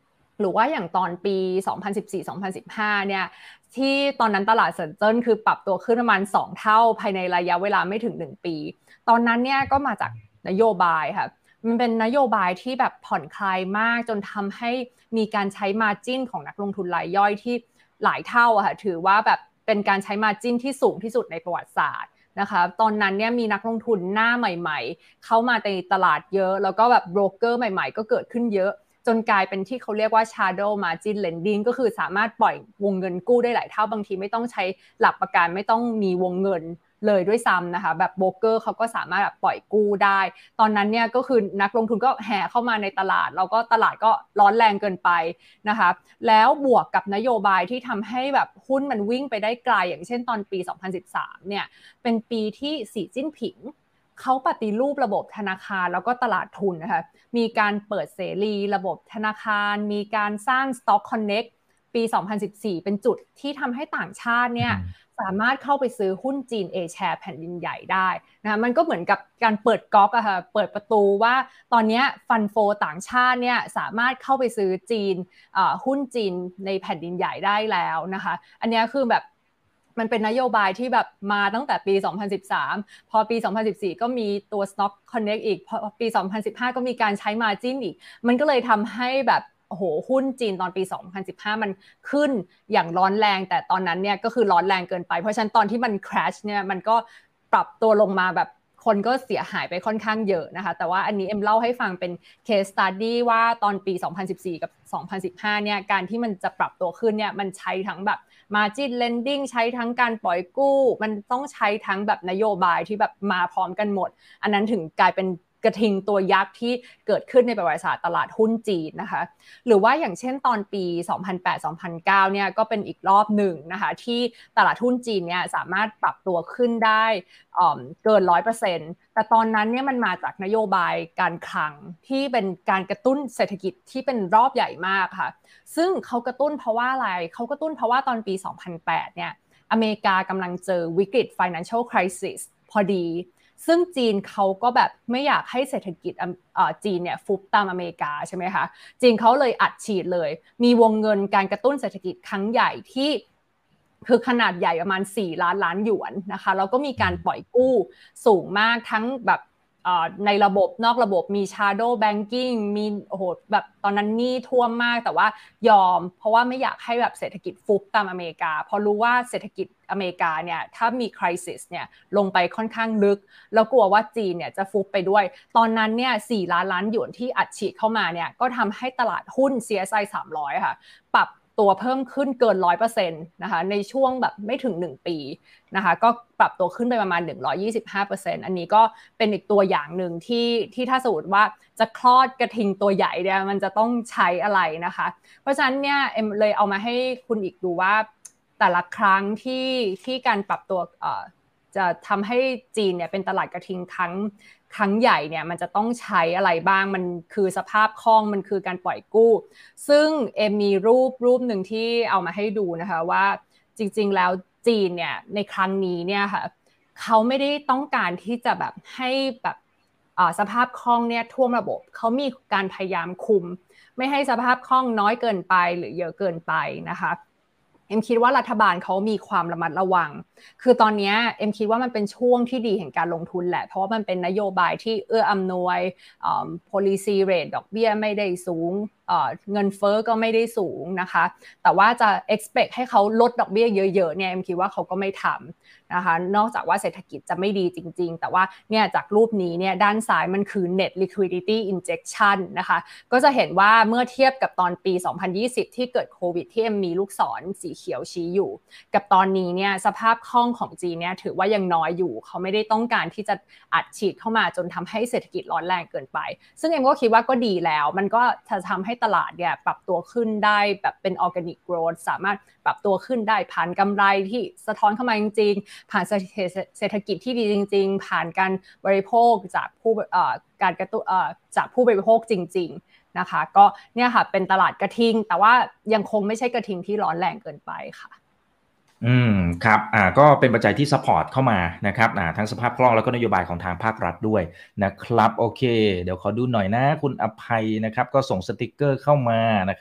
หรือว่าอย่างตอนปี สองพันสิบสี่ สองพันสิบห้า เนี่ยที่ตอนนั้นตลาดเซินเจิ้นคือปรับตัวขึ้นประมาณสองเท่าภายในระยะเวลาไม่ถึงหนึ่งปีตอนนั้นเนี่ยก็มาจากนโยบายค่ะมันเป็นนโยบายที่แบบผ่อนคลายมากจนทำให้มีการใช้มาร์จิ้นของนักลงทุนรายย่อยที่หลายเท่าอะค่ะถือว่าแบบเป็นการใช้มาร์จิ้นที่สูงที่สุดในประวัติศาสตร์นะคะตอนนั้นเนี่ยมีนักลงทุนหน้าใหม่ๆเข้ามาในตลาดเยอะแล้วก็แบบโบรกเกอร์ใหม่ๆก็เกิดขึ้นเยอะจนกลายเป็นที่เขาเรียกว่า shadow margin lending ก็คือสามารถปล่อยวงเงินกู้ได้หลายเท่าบางทีไม่ต้องใช้หลักประกันไม่ต้องมีวงเงินเลยด้วยซ้ำนะคะแบบโบรกเกอร์เขาก็สามารถแบบปล่อยกู้ได้ตอนนั้นเนี่ยก็คือนักลงทุนก็แห่เข้ามาในตลาดแล้วก็ตลาดก็ร้อนแรงเกินไปนะคะแล้วบวกกับนโยบายที่ทำให้แบบหุ้นมันวิ่งไปได้ไกลอย่างเช่นตอนปีสองพันสิบสามเนี่ยเป็นปีที่สีจิ้นผิงเขาปฏิรูประบบธนาคารแล้วก็ตลาดทุนนะคะมีการเปิดเสรีระบบธนาคารมีการสร้าง Stock Connect ปีสองพันสิบสี่เป็นจุดที่ทำให้ต่างชาติเนี่ยสามารถเข้าไปซื้อหุ้นจีน A share แผ่นดินใหญ่ได้นะมันก็เหมือนกับการเปิดก๊อกอะค่ะเปิดประตูว่าตอนนี้ฟันโฟต่างชาติเนี่ยสามารถเข้าไปซื้อจีนหุ้นจีนในแผ่นดินใหญ่ได้แล้วนะคะอันนี้คือแบบมันเป็นนโยบายที่แบบมาตั้งแต่ปีสองพันสิบสามพอปีสองพันสิบสี่ก็มีตัว Stock Connect อีกพอปีสองพันสิบห้าก็มีการใช้ Margin อีกมันก็เลยทำให้แบบโอ้โหหุ้นจีนตอนปีสองพันสิบห้ามันขึ้นอย่างร้อนแรงแต่ตอนนั้นเนี่ยก็คือร้อนแรงเกินไปเพราะฉะนั้นตอนที่มัน crash เนี่ยมันก็ปรับตัวลงมาแบบคนก็เสียหายไปค่อนข้างเยอะนะคะแต่ว่าอันนี้เอ็มเล่าให้ฟังเป็น case study ว่าตอนปีสองพันสิบสี่กับสองพันสิบห้าเนี่ยการที่มันจะปรับตัวขึ้นเนี่ยมันใช้ทั้งแบบ margin lending ใช้ทั้งการปล่อยกู้มันต้องใช้ทั้งแบบนโยบายที่แบบมาพร้อมกันหมดอันนั้นถึงกลายเป็นกระทิงตัวยักษ์ที่เกิดขึ้นในประวัติศาสตร์ตลาดหุ้นจีนนะคะหรือว่าอย่างเช่นตอนปี สองพันแปด สองพันเก้า เนี่ยก็เป็นอีกรอบหนึ่งนะคะที่ตลาดหุ้นจีนเนี่ยสามารถปรับตัวขึ้นได้เกิน ร้อยเปอร์เซ็นต์ แต่ตอนนั้นเนี่ยมันมาจากนโยบายการคลังที่เป็นการกระตุ้นเศรษฐกิจที่เป็นรอบใหญ่มากค่ะซึ่งเขากระตุ้นเพราะว่าอะไรเขากระตุ้นเพราะว่าตอนปี สองพันแปด เนี่ยอเมริกากำลังเจอวิกฤต financial crisis พอดีซึ่งจีนเขาก็แบบไม่อยากให้เศรษฐกิจจีนเนี่ยฟุบตามอเมริกาใช่ไหมคะจีนเขาเลยอัดฉีดเลยมีวงเงินการกระตุ้นเศรษฐกิจครั้งใหญ่ที่คือขนาดใหญ่ประมาณสี่ล้านล้านหยวนนะคะแล้วก็มีการปล่อยกู้สูงมากทั้งแบบในระบบนอกระบบมี shadow banking มีโอ้โหแบบตอนนั้นหนี้ท่วมมากแต่ว่ายอมเพราะว่าไม่อยากให้แบบเศรษฐกิจฟุบตามอเมริกาเพราะรู้ว่าเศรษฐกิจอเมริกาเนี่ยถ้ามี crisis เนี่ยลงไปค่อนข้างลึกแล้วกลัวว่าจีนเนี่ยจะฟุบไปด้วยตอนนั้นเนี่ยสี่ล้านล้านหยวนที่อัดฉีดเข้ามาเนี่ยก็ทำให้ตลาดหุ้น ซี เอส ไอ สามร้อยค่ะปรับตัวเพิ่มขึ้นเกิน ร้อยเปอร์เซ็นต์ นะคะในช่วงแบบไม่ถึงหนึ่งปีนะคะก็ปรับตัวขึ้นไปประมาณ หนึ่งร้อยยี่สิบห้าเปอร์เซ็นต์ อันนี้ก็เป็นอีกตัวอย่างหนึ่งที่ที่ถ้าสมมติว่าจะคลอดกระทิงตัวใหญ่เนี่ยมันจะต้องใช้อะไรนะคะเพราะฉะนั้นเนี่ยเอ็มเลยเอามาให้คุณอีกดูว่าแต่ละครั้งที่ที่การปรับตัวเอ่อจะทำให้จีนเนี่ยเป็นตลาดกระทิงครั้งครั้งใหญ่เนี่ยมันจะต้องใช้อะไรบ้างมันคือสภาพคล่องมันคือการปล่อยกู้ซึ่งเอ็มมีรูปรูปหนึ่งที่เอามาให้ดูนะคะว่าจริงๆแล้วจีนเนี่ยในครั้งนี้เนี่ยค่ะเขาไม่ได้ต้องการที่จะแบบให้แบบสภาพคล่องเนี่ยท่วมระบบเขามีการพยายามคุมไม่ให้สภาพคล่องน้อยเกินไปหรือเยอะเกินไปนะคะเอ็มคิดว่ารัฐบาลเขามีความระมัดระวังคือตอนนี้เอ็มคิดว่ามันเป็นช่วงที่ดีแห่งการลงทุนแหละเพราะว่ามันเป็นนโยบายที่เอื้ออำนวย policy rate ดอกเบี้ยไม่ได้สูงเงินเฟ้อก็ไม่ได้สูงนะคะแต่ว่าจะ expect ให้เขาลดดอกเบี้ยเยอะๆเนี่ยเอ็มคิดว่าเขาก็ไม่ทำนะคะนอกจากว่าเศรษฐกิจจะไม่ดีจริงๆแต่ว่าเนี่ยจากรูปนี้เนี่ยด้านซ้ายมันคือ net liquidity injection นะคะก็จะเห็นว่าเมื่อเทียบกับตอนปีสองพันยี่สิบที่เกิดโควิดที่เอ็มมีลูกศรสีเขียวชี้อยู่กับตอนนี้เนี่ยสภาพคล่องของจีนเนี่ยถือว่ายังน้อยอยู่เขาไม่ได้ต้องการที่จะอัดฉีดเข้ามาจนทำให้เศรษฐกิจร้อนแรงเกินไปซึ่งเอ็มก็คิดว่าก็ดีแล้วมันก็จะทำให้ตลาดเนี่ยปรับตัวขึ้นได้แบบเป็น organic growth สามารถปรับตัวขึ้นได้ผ่านกำไรที่สะท้อนเข้ามาจริงๆผ่านเศรษฐกิจที่ดีจริงๆผ่านการบริโภคจากผู้การกระตุ้นจากผู้บริโภคจริงๆนะคะก็เนี่ยค่ะเป็นตลาดกระทิงแต่ว่ายังคงไม่ใช่กระทิงที่ร้อนแรงเกินไปค่ะอืมครับอ่าก็เป็นปัจจัยที่ซัพพอร์ตเข้ามานะครับอ่าทั้งสภาพคล่องแล้วก็นโยบายของทางภาครัฐด้วยนะครับโอเคเดี๋ยวขอดูหน่อยนะคุณอภัยนะครับก็ส่งสติกเกอร์เข้ามานะครับ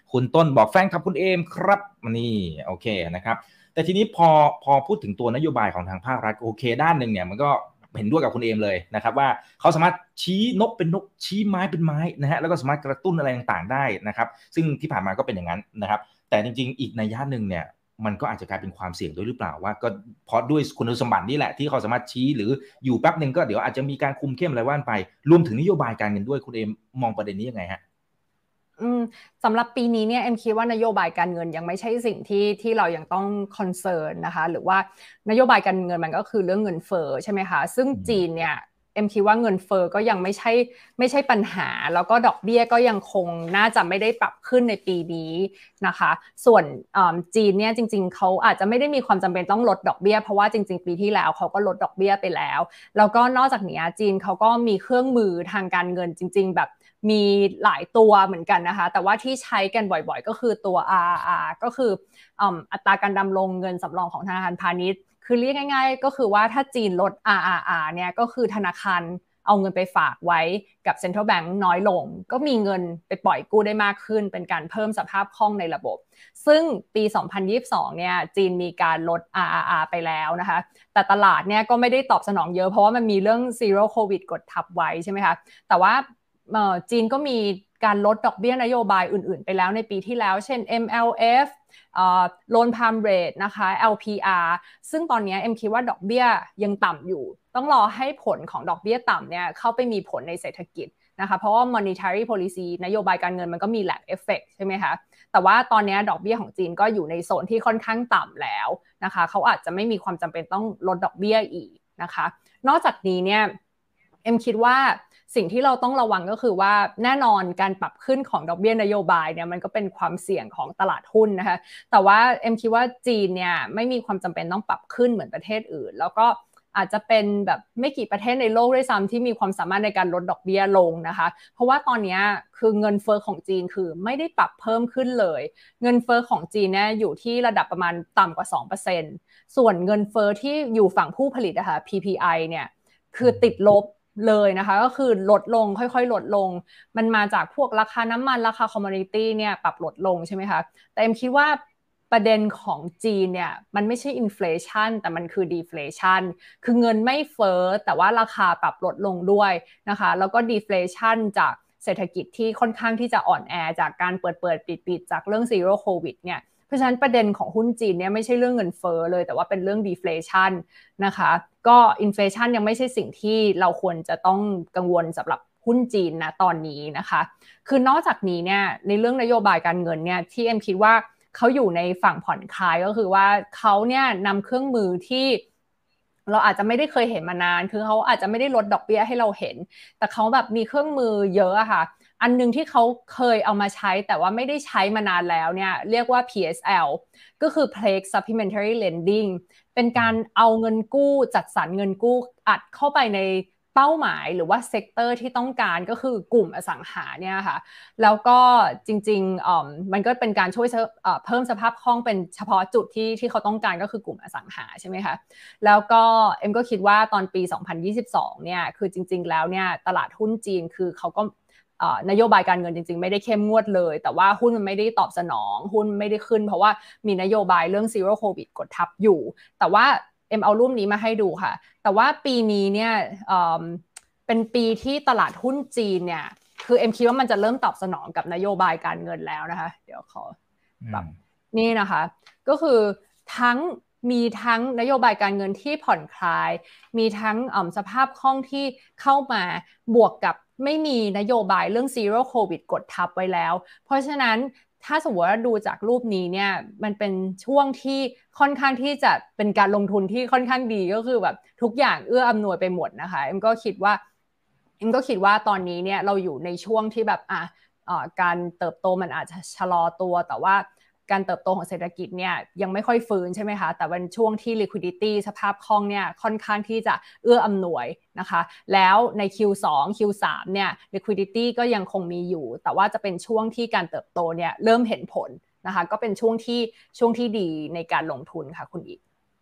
คุณต้นบอกแฟนคลับคุณเอมครับนี่โอเคนะครับแต่ทีนี้พอพอพูดถึงตัวนโยบายของทางภาครัฐโอเคด้านหนึ่งเนี่ยมันก็เห็นด้วยกับคุณเอมเลยนะครับว่าเขาสามารถชี้นกเป็นนกชี้ไม้เป็นไม้นะฮะแล้วก็สามารถกระตุ้นอะไรต่างๆได้นะครับซึ่งที่ผ่านมาก็เป็นอย่างนั้นนะครับแต่จริงๆอีกนัยยะหนึ่งเนี่ยมันก็อาจจะกลายเป็นความเสี่ยงด้วยหรือเปล่าว่าก็เพราะด้วยคุณสมบัตินี่แหละที่เขาสามารถชี้หรืออยู่แป๊บนึงก็เดี๋ยวอาจจะมีการคุมเข้มอะไรว่านไปรวมถึงนโยบายการเงินด้วยคุณเอมมองประเด็นนี้ยังไงฮะอืมสำหรับปีนี้เนี่ยเอ็มคิดว่านโยบายการเงินยังไม่ใช่สิ่งที่ที่เรายังต้องคอนเซิร์นนะคะหรือว่านโยบายการเงินมันก็คือเรื่องเงินเฟ้อใช่ไหมคะซึ่งจีนเนี่ยเอ็มคิดว่าเงินเฟ้อก็ยังไม่ใช่ไม่ใช่ปัญหาแล้วก็ดอกเบี้ยก็ยังคงน่าจะไม่ได้ปรับขึ้นในปีนี้นะคะส่วนจีนเนี่ยจริงๆเขาอาจจะไม่ได้มีความจำเป็นต้องลดดอกเบี้ยเพราะว่าจริงๆปีที่แล้วเขาก็ลดดอกเบี้ยไปแล้วแล้วก็นอกจากนี้จีนเขาก็มีเครื่องมือทางการเงินจริงๆแบบมีหลายตัวเหมือนกันนะคะแต่ว่าที่ใช้กันบ่อยๆก็คือตัว อาร์ อาร์ ก็คืออัตราการดำรงเงินสำรองของธนาคารพาณิชย์คือเรียกง่ายๆก็คือว่าถ้าจีนลด อาร์ อาร์ อาร์ เนี่ยก็คือธนาคารเอาเงินไปฝากไว้กับ Central Bank น้อยลงก็มีเงินไปปล่อยกู้ได้มากขึ้นเป็นการเพิ่มสภาพคล่องในระบบซึ่งปีสองพันยี่สิบสองเนี่ยจีนมีการลด อาร์ อาร์ อาร์ ไปแล้วนะคะแต่ตลาดเนี่ยก็ไม่ได้ตอบสนองเยอะเพราะว่ามันมีเรื่อง Zero Covid กดทับไว้ใช่ไหมคะแต่ว่าจีนก็มีการลดดอกเบี้ยนโยบายอื่นๆไปแล้วในปีที่แล้วเช่น เอ็ม แอล เอฟ เอ่อ Loan Prime Rate นะคะ แอล พี อาร์ ซึ่งตอนนี้เอ็มคิดว่าดอกเบี้ยยังต่ำอยู่ต้องรอให้ผลของดอกเบี้ยต่ำเนี่ยเข้าไปมีผลในเศรษฐกิจนะคะเพราะว่า monetary policy นโยบายการเงินมันก็มี lag effect ใช่ไหมคะแต่ว่าตอนนี้ดอกเบี้ยของจีนก็อยู่ในโซนที่ค่อนข้างต่ำแล้วนะคะเขาอาจจะไม่มีความจำเป็นต้องลดดอกเบี้ยอีกนะคะนอกจากนี้เนี่ยเอ็มคิดว่าสิ่งที่เราต้องระวังก็คือว่าแน่นอนการปรับขึ้นของดอกเบี้ยนโยบายเนี่ยมันก็เป็นความเสี่ยงของตลาดหุ้นนะคะแต่ว่าเอ็มคิดว่าจีนเนี่ยไม่มีความจำเป็นต้องปรับขึ้นเหมือนประเทศอื่นแล้วก็อาจจะเป็นแบบไม่กี่ประเทศในโลกด้วยซ้ำที่มีความสามารถในการลดดอกเบี้ยลงนะคะเพราะว่าตอนนี้คือเงินเฟ้อของจีนคือไม่ได้ปรับเพิ่มขึ้นเลยเงินเฟ้อของจีนเนี่ยอยู่ที่ระดับประมาณต่ำกว่า สองเปอร์เซ็นต์ ส่วนเงินเฟ้อที่อยู่ฝั่งผู้ผลิตนะคะ พี พี ไอ เนี่ยคือติดลบเลยนะคะก็คือลดลงค่อยๆลดลงมันมาจากพวกราคาน้ำมันราคาคอมมอดิตี้เนี่ยปรับลดลงใช่ไหมคะแต่เอ็มคิดว่าประเด็นของจีนเนี่ยมันไม่ใช่อินฟลชันแต่มันคือดีฟลชันคือเงินไม่เฟ้อแต่ว่าราคาปรับลดลงด้วยนะคะแล้วก็ดีฟลชันจากเศรษฐกิจที่ค่อนข้างที่จะอ่อนแอจากการเปิดเปิดปิดปิดจากเรื่องซีโร่โควิดเนี่ยเพราะฉะนั้นประเด็นของหุ้นจีนเนี่ยไม่ใช่เรื่องเงินเฟ้อเลยแต่ว่าเป็นเรื่องดีฟลชันนะคะก็อินฟลชันยังไม่ใช่สิ่งที่เราควรจะต้องกังวลสำหรับหุ้นจีนนะตอนนี้นะคะคือนอกจากนี้เนี่ยในเรื่องนโยบายการเงินเนี่ยที่เอ็มคิดว่าเขาอยู่ในฝั่งผ่อนคลายก็คือว่าเขาเนี่ยนำเครื่องมือที่เราอาจจะไม่ได้เคยเห็นมานานคือเขาอาจจะไม่ได้ลดดอกเบี้ยให้เราเห็นแต่เขาแบบมีเครื่องมือเยอะอะค่ะอันนึงที่เขาเคยเอามาใช้แต่ว่าไม่ได้ใช้มานานแล้วเนี่ยเรียกว่า พี เอส แอล ก็คือ Pledged Supplementary Lending เป็นการเอาเงินกู้จัดสรรเงินกู้อัดเข้าไปในเป้าหมายหรือว่าเซกเตอร์ที่ต้องการก็คือกลุ่มอสังหาเนี่ยค่ะแล้วก็จริงๆมันก็เป็นการช่วยเพิ่มสภาพคล่องเป็นเฉพาะจุดที่ที่เขาต้องการก็คือกลุ่มอสังหาใช่ไหมคะแล้วก็เอ็มก็คิดว่าตอนปีสองพันยี่สิบสองเนี่ยคือจริงๆแล้วเนี่ยตลาดหุ้นจีนคือเขาก็นโยบายการเงินจริงๆไม่ได้เข้มงวดเลยแต่ว่าหุ้นมันไม่ได้ตอบสนองหุ้นไม่ได้ขึ้นเพราะว่ามีนโยบายเรื่อง Zero Covid กดทับอยู่แต่ว่าเอ็มเอารูปนี้มาให้ดูค่ะแต่ว่าปีนี้เนี่ย เ, เป็นปีที่ตลาดหุ้นจีนเนี่ยคือเอ็มคิดว่ามันจะเริ่มตอบสนองกับนโยบายการเงินแล้วนะคะเดี๋ยวขอแบบนี่นะคะก็คือทั้งมีทั้งนโยบายการเงินที่ผ่อนคลายมีทั้งสภาพคล่องที่เข้ามาบวกกับไม่มีนโยบายเรื่อง Zero Covid กดทับไว้แล้วเพราะฉะนั้นถ้าสมมติว่าดูจากรูปนี้เนี่ยมันเป็นช่วงที่ค่อนข้างที่จะเป็นการลงทุนที่ค่อนข้างดีก็คือแบบทุกอย่างเอื้ออำนวยไปหมดนะคะเอ็มก็คิดว่าเอ็มก็คิดว่าตอนนี้เนี่ยเราอยู่ในช่วงที่แบบอ่ะการเติบโตมันอาจจะชะลอตัวแต่ว่าการเติบโตของเศรษฐกิจเนี่ยยังไม่ค่อยฟื้นใช่ไหมคะแต่เป็นช่วงที่ liquidity สภาพคล่องเนี่ยค่อนข้างที่จะเอื้ออำนวยนะคะแล้วใน คิว สอง คิว สาม เนี่ย liquidity ก็ยังคงมีอยู่แต่ว่าจะเป็นช่วงที่การเติบโตเนี่ยเริ่มเห็นผลนะคะก็เป็นช่วงที่ช่วงที่ดีในการลงทุนค่ะคุณอีก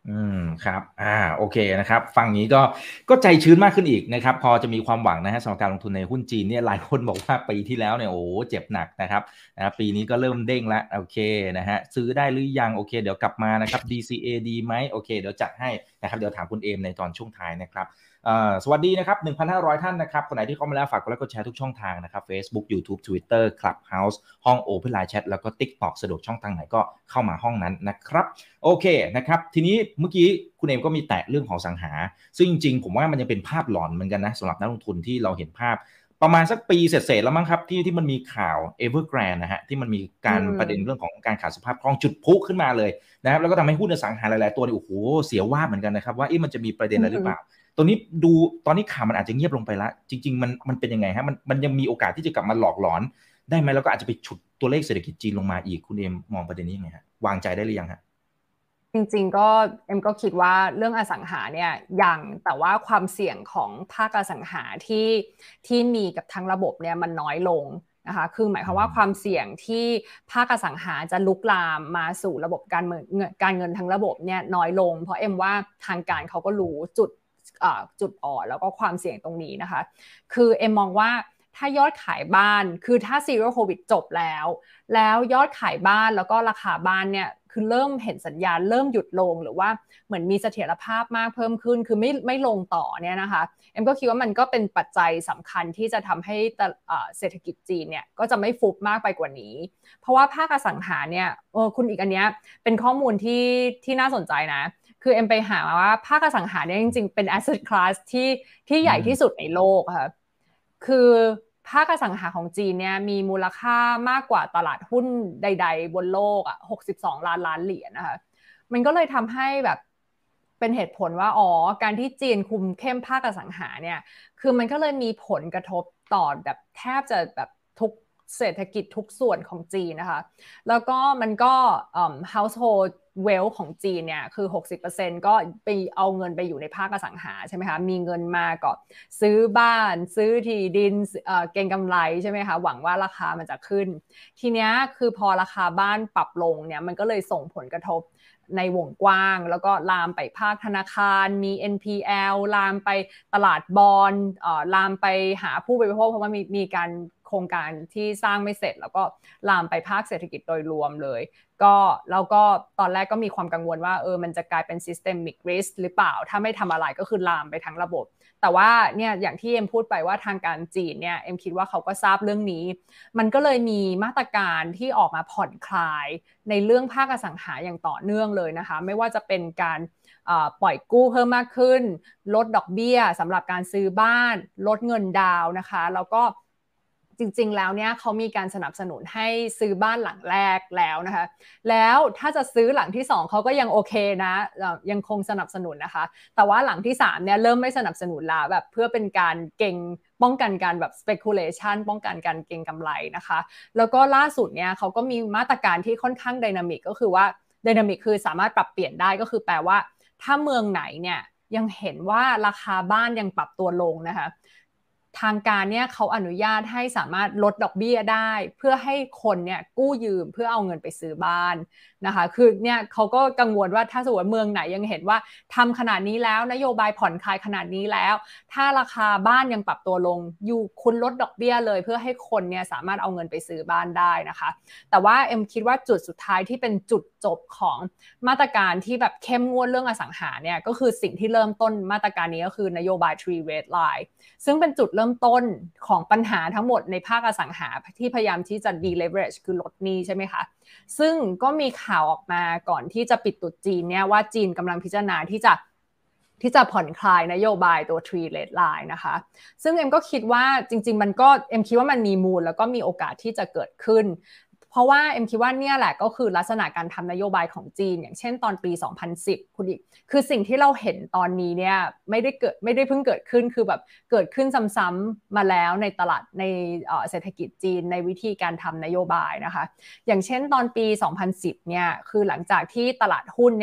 อืมครับอ่าโอเคนะครับฟังนี้ก็ก็ใจชื้นมากขึ้นอีกนะครับพอจะมีความหวังนะฮะสำหรับการลงทุนในหุ้นจีนเนี่ยหลายคนบอกว่าปีที่แล้วเนี่ยโอ้โหเจ็บหนักนะครับนะปีนี้ก็เริ่มเด้งแล้วโอเคนะฮะซื้อได้หรือยังโอเคเดี๋ยวกลับมานะครับ ดี ซี เอ ดีไหมโอเคเดี๋ยวจัดให้นะครับเดี๋ยวถามคุณเอมในตอนช่วงท้ายนะครับอ่าสวัสดีนะครับ หนึ่งพันห้าร้อย ท่านนะครับคนไหนที่เข้ามาแล้วฝากกดไลค์กดแชร์ทุกช่องทางนะครับ Facebook YouTube Twitter Clubhouse ห้อง Open Line Chat แล้วก็ TikTok สะดวกช่องทางไหนก็เข้ามาห้องนั้นนะครับโอเคนะครับทีนี้เมื่อกี้คุณเอมก็มีแตะเรื่องของสังหาซึ่งจริงๆผมว่ามันยังเป็นภาพหลอนเหมือนกันนะสำหรับนักลงทุนที่เราเห็นภาพประมาณสักปีเศษๆแล้วมั้งครับที่ที่มันมีข่าว Evergrande นะฮะที่มันมีการประเด็นเรื่องของการขาดสภาพคล่องจุดพุขึ้นมาเลยนะครับแล้วก็ทำให้หุ้นอสังหาหลายๆตัวนี่โอ้โหเสียวาบเหมือนกันนะครับว่าเอ๊ะมันจะมีประเด็นอะไรหรือเปล่าตัวนี้ดูตอนนี้ข่าวมันอาจจะเงียบลงไปแล้วจริงๆมันมันเป็นยังไงฮะมันมันยังมีโอกาสที่จะกลับมาหลอกหลอนได้ไหมแล้วก็อาจจะไปฉุดตัวเลขเศรษฐกิจจีนลงมาอีกคุณเอมมองประเด็นนี้ยังไงฮะวางใจได้หรือยังฮะจริงๆก็เอ็มก็คิดว่าเรื่องอสังหาเนี่ยยังแต่ว่าความเสี่ยงของภาคอสังหาที่ที่มีกับทั้งระบบเนี่ยมันน้อยลงนะคะคือหมายความว่าความเสี่ยงที่ภาคอสังหาจะลุกลามมาสู่ระบบการเงินการเงินทั้งระบบเนี่ยน้อยลงเพราะเอ็มว่าทางการเขาก็รู้จุดจุดอ่อนแล้วก็ความเสี่ยงตรงนี้นะคะคือเอ็มมองว่าถ้ายอดขายบ้านคือถ้าซีโร่โควิดจบแล้วแล้วยอดขายบ้านแล้วก็ราคาบ้านเนี่ยคือเริ่มเห็นสัญญาณเริ่มหยุดลงหรือว่าเหมือนมีเสถียรภาพมากเพิ่มขึ้นคือไม่ไม่ลงต่อเนี่ยนะคะเอ็มก็คิดว่ามันก็เป็นปัจจัยสำคัญที่จะทำให้เศรษฐกิจจีนเนี่ยก็จะไม่ฟุบมากไปกว่านี้เพราะว่าภาคอสังหาเนี่ยเออคุณอีกอันเนี้ยเป็นข้อมูลที่ที่น่าสนใจนะคือเอ็มไปหาว่าภาคอสังหาเนี่ยจริงๆเป็น asset class ที่ที่ใหญ่ที่สุดในโลกค่ะคือภาคอสังหาของจีนเนี่ยมีมูลค่ามากกว่าตลาดหุ้นใดๆบนโลกอ่ะหกสิบสองล้านล้านเหรียญนะคะมันก็เลยทำให้แบบเป็นเหตุผลว่าอ๋อการที่จีนคุมเข้มภาคอสังหาเนี่ยคือมันก็เลยมีผลกระทบต่อแบบแทบจะแบบทุกเศรษฐกิจทุกส่วนของจีนนะคะแล้วก็มันก็ household wealth ของจีนเนี่ยคือ หกสิบเปอร์เซ็นต์ ก็ไปเอาเงินไปอยู่ในภาคอสังหาใช่ไหมคะมีเงินมาก็ซื้อบ้านซื้อที่ดินเก็งกำไรใช่ไหมคะหวังว่าราคามันจะขึ้นทีเนี้ยคือพอราคาบ้านปรับลงเนี่ยมันก็เลยส่งผลกระทบในวงกว้างแล้วก็ลามไปภาคธนาคารมี เอ็น พี แอล ลามไปตลาดบอนด์ลามไปหาผู้บริโภคเพราะว่ามีมีการโครงการที่สร้างไม่เสร็จแล้วก็ลามไปภาคเศรษฐกิจโดยรวมเลยก็แล้วก็ตอนแรกก็มีความกังวลว่าเออมันจะกลายเป็น systemic risk หรือเปล่าถ้าไม่ทำอะไรก็คือลามไปทั้งระบบแต่ว่าเนี่ยอย่างที่เอ็มพูดไปว่าทางการจีนเนี่ยเอ็มคิดว่าเขาก็ทราบเรื่องนี้มันก็เลยมีมาตรการที่ออกมาผ่อนคลายในเรื่องภาคอสังหาอย่างต่อเนื่องเลยนะคะไม่ว่าจะเป็นการปล่อยกู้เพิ่มมากขึ้นลดดอกเบี้ยสำหรับการซื้อบ้านลดเงินดาวนะคะแล้วก็จริงๆแล้วเนี่ยเขามีการสนับสนุนให้ซื้อบ้านหลังแรกแล้วนะคะแล้วถ้าจะซื้อหลังที่สองเขาก็ยังโอเคนะยังคงสนับสนุนนะคะแต่ว่าหลังที่สามเนี่ยเริ่มไม่สนับสนุนละแบบเพื่อเป็นการเก็งป้องกันการแบบ speculation ป้องกันการเก็งกำไรนะคะแล้วก็ล่าสุดเนี่ยเขาก็มีมาตรการที่ค่อนข้างไดนามิกก็คือว่าไดนามิกคือสามารถปรับเปลี่ยนได้ก็คือแปลว่าถ้าเมืองไหนเนี่ยยังเห็นว่าราคาบ้านยังปรับตัวลงนะคะทางการเนี่ยเขาอนุญาตให้สามารถลดดอกเบี้ยได้เพื่อให้คนเนี่ยกู้ยืมเพื่อเอาเงินไปซื้อบ้านนะคะคือเนี่ยเขาก็กังวลว่าถ้าสมมติเมืองไหนยังเห็นว่าทำขนาดนี้แล้วนโยบายผ่อนคลายขนาดนี้แล้วถ้าราคาบ้านยังปรับตัวลงอยู่คุณลดดอกเบี้ยเลยเพื่อให้คนเนี่ยสามารถเอาเงินไปซื้อบ้านได้นะคะแต่ว่าเอ็มคิดว่าจุดสุดท้ายที่เป็นจุดจบของมาตรการที่แบบเข้มงวดเรื่องอสังหาเนี่ยก็คือสิ่งที่เริ่มต้นมาตรการนี้ก็คือนโยบาย three red line ซึ่งเป็นจุดเริ่มต้นของปัญหาทั้งหมดในภาคอสังหาที่พยายามที่จะ deleverage คือลดหนี้ใช่ไหมคะซึ่งก็มีข่าวออกมาก่อนที่จะปิดตรุษจีนเนี่ยว่าจีนกำลังพิจารณาที่จะที่จะผ่อนคลายนโยบายตัว three red line นะคะซึ่งเอ็มก็คิดว่าจริงๆมันก็เอ็มคิดว่ามันมีมูลแล้วก็มีโอกาสที่จะเกิดขึ้นเพราะว่าเอ็มคิดว่าเนี่ยแหละก็คือลักษณะการทำนโยบายของจีนอย่างเช่นตอนปีสองพันสิบคุณอีกคือสิ่งที่เราเห็นตอนนี้เนี่ยไม่ได้เกิดไม่ได้เพิ่งเกิดขึ้นคือแบบเกิดขึ้นซ้ำๆมาแล้วในตลาดในเศรษฐกิจจีนในวิธีการทำนโยบายนะคะอย่างเช่นตอนปีสองพันสิบเนี่ยคือหลังจากที่ตลาดหุ้นเนี่ย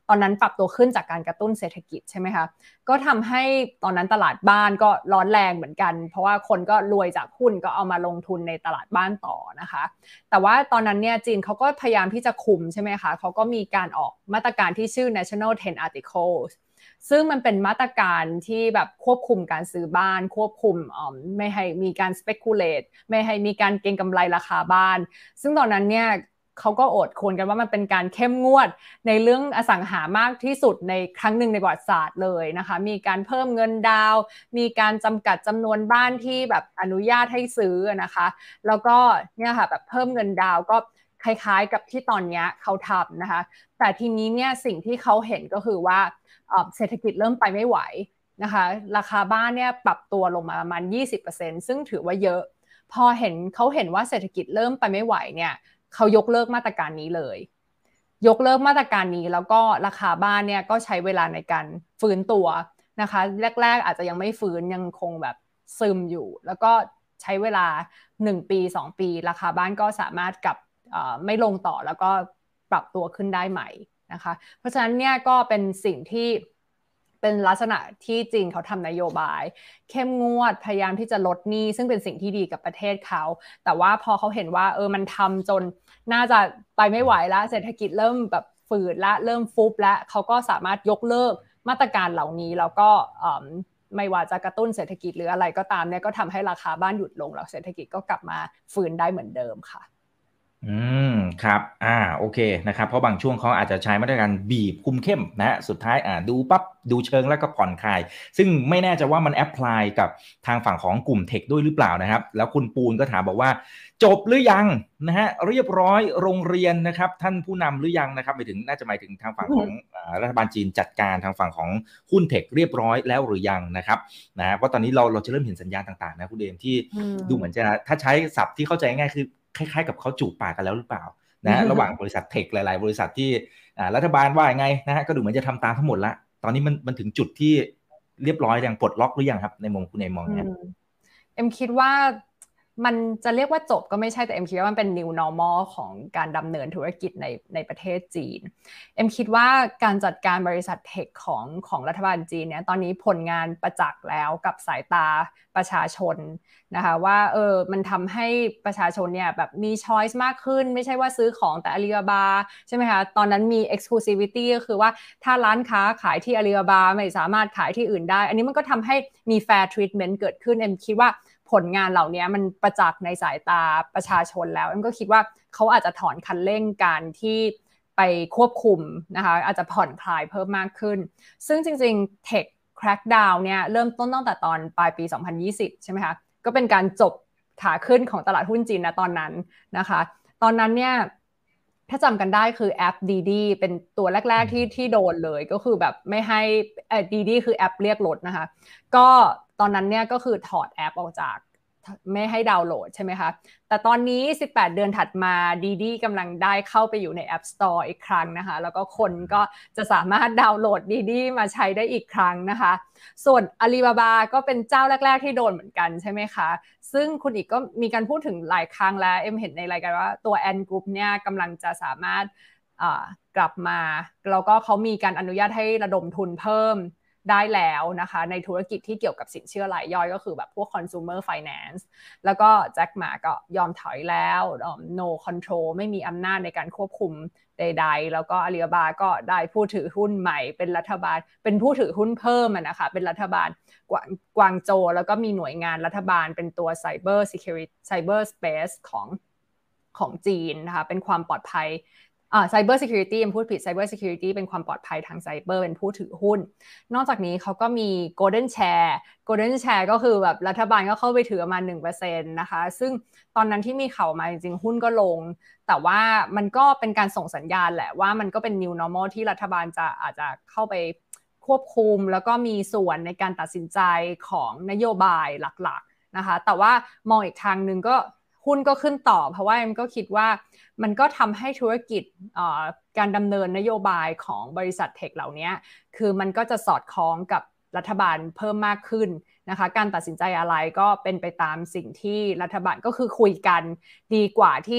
ตอนนั้นปรับตัวขึ้นจากการกระตุ้นเศรษฐกิจใช่ไหมคะก็ทำให้ตอนนั้นตลาดบ้านก็ร้อนแรงเหมือนกันเพราะว่าคนก็รวยจากหุ้นก็เอามาลงทุนในตลาดบ้านต่อนะคะแต่ว่าตอนนั้นเนี่ยจีนเขาก็พยายามที่จะคุมใช่ไหมคะเขาก็มีการออกมาตรการที่ชื่อ National เท็น Articles ซึ่งมันเป็นมาตรการที่แบบควบคุมการซื้อบ้านควบคุมไม่ให้มีการ speculate ไม่ให้มีการเก็งกำไรราคาบ้านซึ่งตอนนั้นเนี่ยเขาก็โอดครวญกันว่ามันเป็นการเข้มงวดในเรื่องอสังหามากที่สุดในครั้งหนึ่งในประวัติศาสตร์เลยนะคะมีการเพิ่มเงินดาวน์มีการจำกัดจำนวนบ้านที่แบบอนุญาตให้ซื้อนะคะแล้วก็เนี่ยค่ะแบบเพิ่มเงินดาวน์ก็คล้ายๆกับที่ตอนนี้เขาทำนะคะแต่ทีนี้เนี่ยสิ่งที่เขาเห็นก็คือว่าเศรษฐกิจเริ่มไปไม่ไหวนะคะราคาบ้านเนี่ยปรับตัวลงมาประมาณ ยี่สิบเปอร์เซ็นต์ ซึ่งถือว่าเยอะพอเห็นเขาเห็นว่าเศรษฐกิจเริ่มไปไม่ไหวเนี่ยเขายกเลิกมาตรการนี้เลยยกเลิกมาตรการนี้แล้วก็ราคาบ้านเนี่ยก็ใช้เวลาในการฟื้นตัวนะคะแรกๆอาจจะยังไม่ฟื้นยังคงแบบซึมอยู่แล้วก็ใช้เวลาหนึ่งปีสองปีราคาบ้านก็สามารถกลับไม่ลงต่อแล้วก็ปรับตัวขึ้นได้ใหม่นะคะเพราะฉะนั้นเนี่ยก็เป็นสิ่งที่เป็นลักษณะที่จีนเขาทำนโยบายเข้มงวดพยายามที่จะลดหนี้ซึ่งเป็นสิ่งที่ดีกับประเทศเขาแต่ว่าพอเขาเห็นว่าเออมันทำจนน่าจะไปไม่ไหวแล้วเศรษฐกิจเริ่มแบบฝืดและเริ่มฟุบและเขาก็สามารถยกเลิกมาตรการเหล่านี้แล้วก็ไม่ว่าจะกระตุ้นเศรษฐกิจหรืออะไรก็ตามเนี่ยก็ทำให้ราคาบ้านหยุดลงแล้วเศรษฐกิจก็กลับมาฟื้นได้เหมือนเดิมค่ะอืมครับอ่าโอเคนะครับเพราะบางช่วงเขาอาจจะใช้มาตรการบีบคุมเข้มนะสุดท้ายอ่าดูปั๊บดูเชิงแล้วก็ผ่อนคลายซึ่งไม่แน่ใจว่ามันแอพพลายกับทางฝั่งของกลุ่มเทคด้วยหรือเปล่านะครับแล้วคุณปูนก็ถามบอกว่าจบหรือยังนะฮะเรียบร้อยโรงเรียนนะครับท่านผู้นำหรือยังนะครับหมายถึงน่าจะหมายถึงทางฝั่งของรัฐบาลจีนจัดการทางฝั่งของหุ้นเทคเรียบร้อยแล้วหรือยังนะครับนะเพราะตอนนี้เราเราจะเริ่มเห็นสัญญาณต่างๆนะคุณเดมที่ดูเหมือนจะถ้าใช้ศัพท์ที่เข้าใจง่ายคือคล้ายๆกับเขาจูบปากกันแล้วหรือเปล่านะระหว่างบริษัทเทคหลายๆบริษัทที่รัฐบาลว่ายังไงนะฮะก็ดูเหมือนจะทำตามทั้งหมดละตอนนี้มันมันถึงจุดที่เรียบร้อยอย่างปลดล็อกหรือยังครับในมุมคุณเอมมองเนี่ยเอ็มคิดว่ามันจะเรียกว่าจบก็ไม่ใช่แต่เอ็มคิดว่ามันเป็น new normal ของการดำเนินธุรกิจในในประเทศจีนเอ็มคิดว่าการจัดการบริษัทเทคของของรัฐบาลจีนเนี่ยตอนนี้ผลงานประจักษ์แล้วกับสายตาประชาชนนะคะว่าเออมันทำให้ประชาชนเนี่ยแบบมี choice มากขึ้นไม่ใช่ว่าซื้อของแต่อาลีบาบาใช่ไหมคะตอนนั้นมี exclusivity ก็คือว่าถ้าร้านค้าขายที่อาลีบาบาไม่สามารถขายที่อื่นได้อันนี้มันก็ทำให้มี fair treatment เกิดขึ้นเอ็มคิดว่าผลงานเหล่านี้มันประจักษ์ในสายตาประชาชนแล้วเอ็มก็คิดว่าเขาอาจจะถอนคันเร่งการที่ไปควบคุมนะคะอาจจะผ่อนคลายเพิ่มมากขึ้นซึ่งจริงๆ Tech Crackdown เนี่ยเริ่มต้นตั้งแต่ตอนปลายปีสองพันยี่สิบใช่ไหมคะก็เป็นการจบขาขึ้นของตลาดหุ้นจีนนะตอนนั้นนะคะตอนนั้นเนี่ยถ้าจำกันได้คือแอป ดี ดี เป็นตัวแรกๆที่ที่โดนเลยก็คือแบบไม่ให้เอ่อ ดี ดี คือแอปเรียกรถนะคะก็ตอนนั้นเนี่ยก็คือถอดแอปออกจากไม่ให้ดาวน์โหลดใช่ไหมคะแต่ตอนนี้สิบแปดเดือนถัดมา ดี ดี กำลังได้เข้าไปอยู่ใน App Store อีกครั้งนะคะแล้วก็คนก็จะสามารถดาวน์โหลด ดี ดี มาใช้ได้อีกครั้งนะคะส่วน Alibaba ก็เป็นเจ้าแรกๆที่โดนเหมือนกันใช่ไหมคะซึ่งคุณอีกก็มีการพูดถึงหลายครั้งแล้วเอ็มเห็นในรายการว่าตัว Ant Group เนี่ยกำลังจะสามารถกลับมาแล้วก็เขามีการอนุญาตให้ระดมทุนเพิ่มได้แล้วนะคะในธุรกิจที่เกี่ยวกับสินเชื่อรายย่อยก็คือแบบพวก consumer finance แล้วก็แจ็คหมาก็ยอมถอยแล้ว no control ไม่มีอำนาจในการควบคุมใดๆแล้วก็อาลีบาบาก็ได้ผู้ถือหุ้นใหม่เป็นรัฐบาลเป็นผู้ถือหุ้นเพิ่มนะคะเป็นรัฐบาลกวางโจวแล้วก็มีหน่วยงานรัฐบาลเป็นตัว cyber security cyber space ของของจีนนะคะเป็นความปลอดภัยอ่า cyber security พูดผิด cyber security เป็นความปลอดภัยทางไซเบอร์เป็นผู้ถือหุ้นนอกจากนี้เขาก็มี golden share golden share ก็คือแบบรัฐบาลก็เข้าไปถือประมาณ หนึ่งเปอร์เซ็นต์ นะคะซึ่งตอนนั้นที่มีข่าวมาจริงๆหุ้นก็ลงแต่ว่ามันก็เป็นการส่งสัญญาณแหละว่ามันก็เป็น new normal ที่รัฐบาลจะอาจจะเข้าไปควบคุมแล้วก็มีส่วนในการตัดสินใจของนโยบายหลักๆนะคะแต่ว่ามองอีกทางนึงก็หุ้นก็ขึ้นต่อเพราะว่าเอ็มก็คิดว่ามันก็ทำให้ธุรกิจการดำเนินนโยบายของบริษัทเทคเหล่านี้คือมันก็จะสอดคล้องกับรัฐบาลเพิ่มมากขึ้นนะคะการตัดสินใจอะไรก็เป็นไปตามสิ่งที่รัฐบาลก็คือคุยกันดีกว่าที่จะ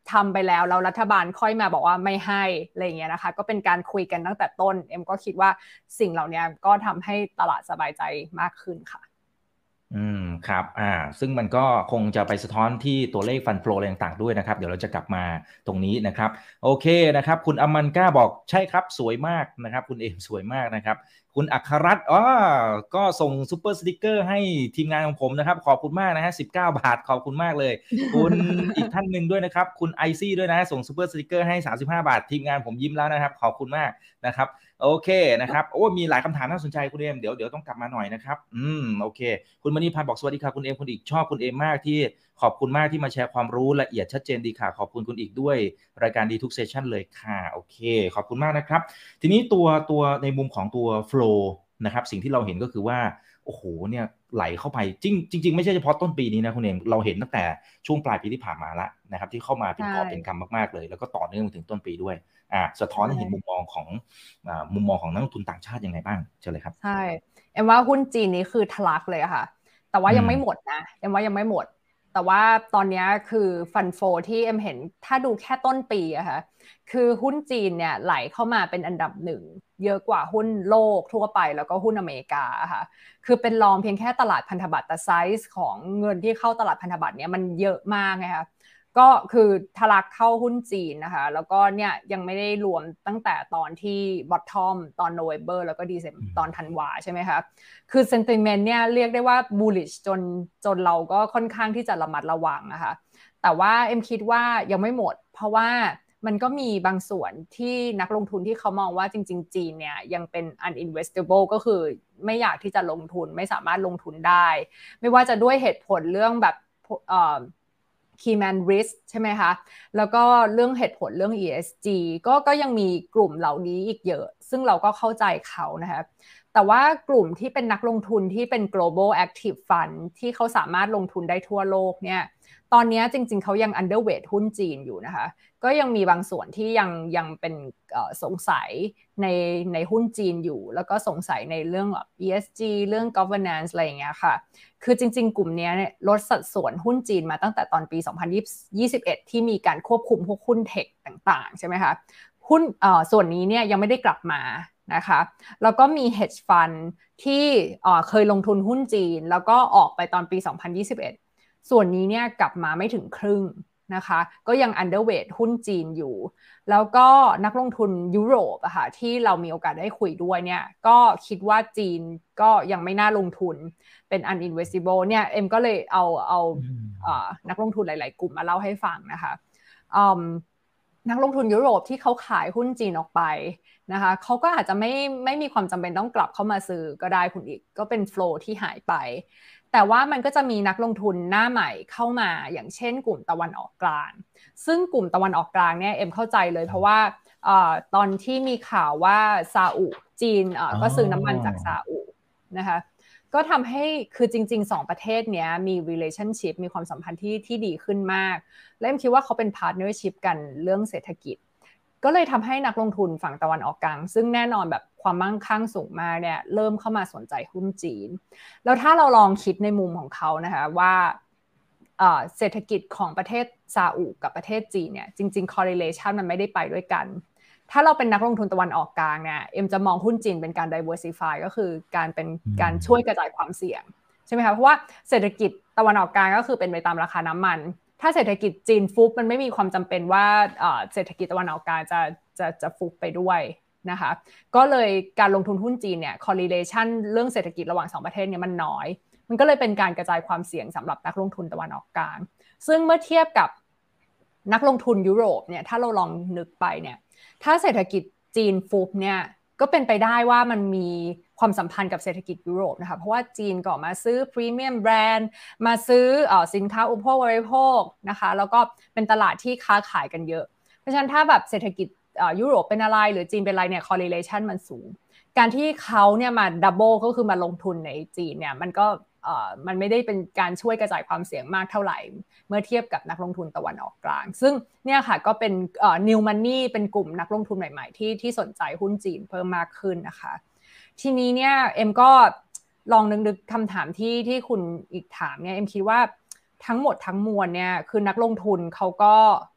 ทำไปแล้วแล้วรัฐบาลค่อยมาบอกว่าไม่ให้อะไรอย่างเงี้ยนะคะก็เป็นการคุยกันตั้งแต่ต้นเอ็มก็คิดว่าสิ่งเหล่านี้ก็ทำให้ตลาดสบายใจมากขึ้นค่ะอืมครับอ่าซึ่งมันก็คงจะไปสะท้อนที่ตัวเลขฟันโฟลอะไรต่างๆด้วยนะครับเดี๋ยวเราจะกลับมาตรงนี้นะครับโอเคนะครับคุณอมันก้าบอกใช่ครับสวยมากนะครับคุณเอมสวยมากนะครับคุณอัครรัตน์อ๋อก็ส่งซุปเปอร์สติกเกอร์ให้ทีมงานของผมนะครับขอบคุณมากนะฮะสิบเก้าบาทขอบคุณมากเลยคุณอีกท่านหนึ่งด้วยนะครับคุณไอซี่ด้วยนะส่งซุปเปอร์สติกเกอร์ให้สามสิบห้าบาททีมงานผมยิ้มแล้วนะครับขอบคุณมากนะครับโอเคนะครับโอ้มีหลายคำถามน่าสนใจคุณเอมเดี๋ยวเดี๋ยวต้องกลับมาหน่อยนะครับอืมโอเคคุณมณีพันธ์บอกสวัสดีค่ะคุณเอมคุณอีกชอบคุณเอมมากที่ขอบคุณมากที่มาแชร์ความรู้ละเอียดชัดเจนดีค่ะขอบคุณคุณอีกด้วยรายการดีทุกเซสชั่นเลยค่ะโอเคขอบคุณมากนะครับทีนี้ตัวตัวในมุมของตัว flow นะครับสิ่งที่เราเห็นก็คือว่าโอ้โหเนี่ยไหลเข้าไปจริงจริงๆไม่ใช่เฉพาะต้นปีนี้นะคุณเอมเราเห็นตั้งแต่ช่วงปลายปีที่ผ่านมาแล้วนะครับที่เข้ามาเป็นกอบเป็นกำมากๆเลยแล้วก็ต่อเนื่องถึงต้นปีด้วยอ่าสะท้อนให้เห็นมุมมองของอ่ามุมมองของนักลงทุนต่างชาติยังไงบ้างเชิญเลยครับใช่เอ็มว่าหุ้นจีนนี้คือทะลักเลยค่ะแต่ว่ายังไม่หมดนะเอ็มว่ายังไม่หมดแต่ว่าตอนนี้คือฟันโฟที่เอ็มเห็นถ้าดูแค่ต้นปีอะค่ะคือหุ้นจีนเนี่ยไหลเข้ามาเป็นอันดับหนึ่งเยอะกว่าหุ้นโลกทั่วไปแล้วก็หุ้นอเมริกาค่ะคือเป็นรองเพียงแค่ตลาดพันธบัตรแต่ไซส์ของเงินที่เข้าตลาดพันธบัตรเนี่ยมันเยอะมากไงคะก็คือทะลักเข้าหุ้นจีนนะคะแล้วก็เนี่ยยังไม่ได้รวมตั้งแต่ตอนที่ bottom ตอน November แล้วก็ December ตอนธันวาใช่ไหมคะคือ sentiment เนี่ยเรียกได้ว่า bullish จนจนเราก็ค่อนข้างที่จะระมัดระวังนะคะแต่ว่าเอ็มคิดว่ายังไม่หมดเพราะว่ามันก็มีบางส่วนที่นักลงทุนที่เขามองว่าจริงๆจีนเนี่ยยังเป็น uninvestable ก็คือไม่อยากที่จะลงทุนไม่สามารถลงทุนได้ไม่ว่าจะด้วยเหตุผลเรื่องแบบเอ่อKeyman Risk ใช่ไหมคะแล้วก็เรื่องเหตุผลเรื่อง อี เอส จี ก็ก็ยังมีกลุ่มเหล่านี้อีกเยอะซึ่งเราก็เข้าใจเขานะคะแต่ว่ากลุ่มที่เป็นนักลงทุนที่เป็น global active fund ที่เขาสามารถลงทุนได้ทั่วโลกเนี่ยตอนนี้จริงๆเขายัง underweight หุ้นจีนอยู่นะคะก็ยังมีบางส่วนที่ยังยังเป็นสงสัยในในหุ้นจีนอยู่แล้วก็สงสัยในเรื่องแบบ อี เอส จี เรื่อง governance อะไรอย่างเงี้ยค่ะคือจริงๆกลุ่มนี้เนี่ยลดสัดส่วนหุ้นจีนมาตั้งแต่ตอนปีสองพันยี่สิบเอ็ดที่มีการควบคุมพวกหุ้นเทคต่างๆใช่ไหมคะหุ้นเอ่อส่วนนี้เนี่ยยังไม่ได้กลับมานะคะแล้วก็มี hedge fund ที่เอ่อเคยลงทุนหุ้นจีนแล้วก็ออกไปตอนปีสองพันยี่สิบเอ็ดส่วนนี้เนี่ยกลับมาไม่ถึงครึ่งนะคะก็ยัง underweight หุ้นจีนอยู่แล้วก็นักลงทุนยุโรปอะค่ะที่เรามีโอกาสได้คุยด้วยเนี่ยก็คิดว่าจีนก็ยังไม่น่าลงทุนเป็น uninvestable เนี่ยเอ็มก็เลยเอาเอาเอ่อนักลงทุนหลายๆกลุ่มมาเล่าให้ฟังนะคะนักลงทุนยุโรปที่เขาขายหุ้นจีนออกไปนะคะเขาก็อาจจะไม่ไม่มีความจำเป็นต้องกลับเข้ามาซื้อก็ได้คุณอีกก็เป็น flow ที่หายไปแต่ว่ามันก็จะมีนักลงทุนหน้าใหม่เข้ามาอย่างเช่นกลุ่มตะวันออกกลางซึ่งกลุ่มตะวันออกกลางเนี่ยเอ็มเข้าใจเลยเพราะว่าเอ่อตอนที่มีข่าวว่าซาอุจีนเอ่อก็ซื้อน้ำมันจากซาอุนะคะก็ทำให้คือจริงๆสองประเทศเนี้ยมี relationship มีความสัมพันธ์ที่ที่ดีขึ้นมากและเอ็มคิดว่าเขาเป็น partnership กันเรื่องเศรษฐกิจก็เลยทำให้นักลงทุนฝั่งตะวันออกกลางซึ่งแน่นอนแบบความมั่งคั่งสูงมากเนี่ยเริ่มเข้ามาสนใจหุ้นจีนแล้วถ้าเราลองคิดในมุมของเขานะคะว่าเศรษฐกิจของประเทศซาอุกับประเทศจีนเนี่ยจริงๆ correlation มันไม่ได้ไปด้วยกันถ้าเราเป็นนักลงทุนตะวันออกกลางเนี่ยเอ็มจะมองหุ้นจีนเป็นการ diversify ก็คือการเป็นการช่วยกระจายความเสี่ยงใช่ไหมคะเพราะว่าเศรษฐกิจตะวันออกกลางก็คือเป็นไปตามราคาน้ำมันถ้าเศรษฐกิจจีนฟุบมันไม่มีความจำเป็นว่าเศรษฐกิจตะวันออกกลางจะจะจะฟุบไปด้วยนะคะก็เลยการลงทุนหุ้นจีนเนี่ย correlation เรื่องเศรษฐกิจระหว่างสองประเทศเนี่ยมันน้อยมันก็เลยเป็นการกระจายความเสี่ยงสำหรับนักลงทุนตะวันออกกลางซึ่งเมื่อเทียบกับนักลงทุนยุโรปเนี่ยถ้าเราลองนึกไปเนี่ยถ้าเศรษฐกิจจีนฟุบเนี่ยก็เป็นไปได้ว่ามันมีความสัมพันธ์กับเศรษฐกิจยุโรปนะคะเพราะว่าจีนก็มาซื้อพรีเมียมแบรนด์มาซื้อเอ่อสินค้าอุปโภคบริโภคนะคะแล้วก็เป็นตลาดที่ค้าขายกันเยอะเพราะฉะนั้นถ้าแบบเศรษฐกิจยุโรปเป็นอะไรหรือจีนเป็นอะไรเนี่ย correlation มันสูงการที่เขาเนี่ยมาดับเบิลก็คือมาลงทุนในจีนเนี่ยมันก็เอ่อมันไม่ได้เป็นการช่วยกระจายความเสี่ยงมากเท่าไหร่เมื่อเทียบกับนักลงทุนตะวันออกกลางซึ่งเนี่ยค่ะก็เป็นเอ่อ new money เป็นกลุ่มนักลงทุนใหม่ๆที่ที่สนใจหุ้นจีนเพิ่มมากขึ้นนะคะทีนี้เนี่ยเอ็มก็ลองนึกๆคำถามที่ที่คุณอีกถามเนี่ยเอ็มคิดว่าทั้งหมดทั้งมวลเนี่ยคือนักลงทุนเขาก็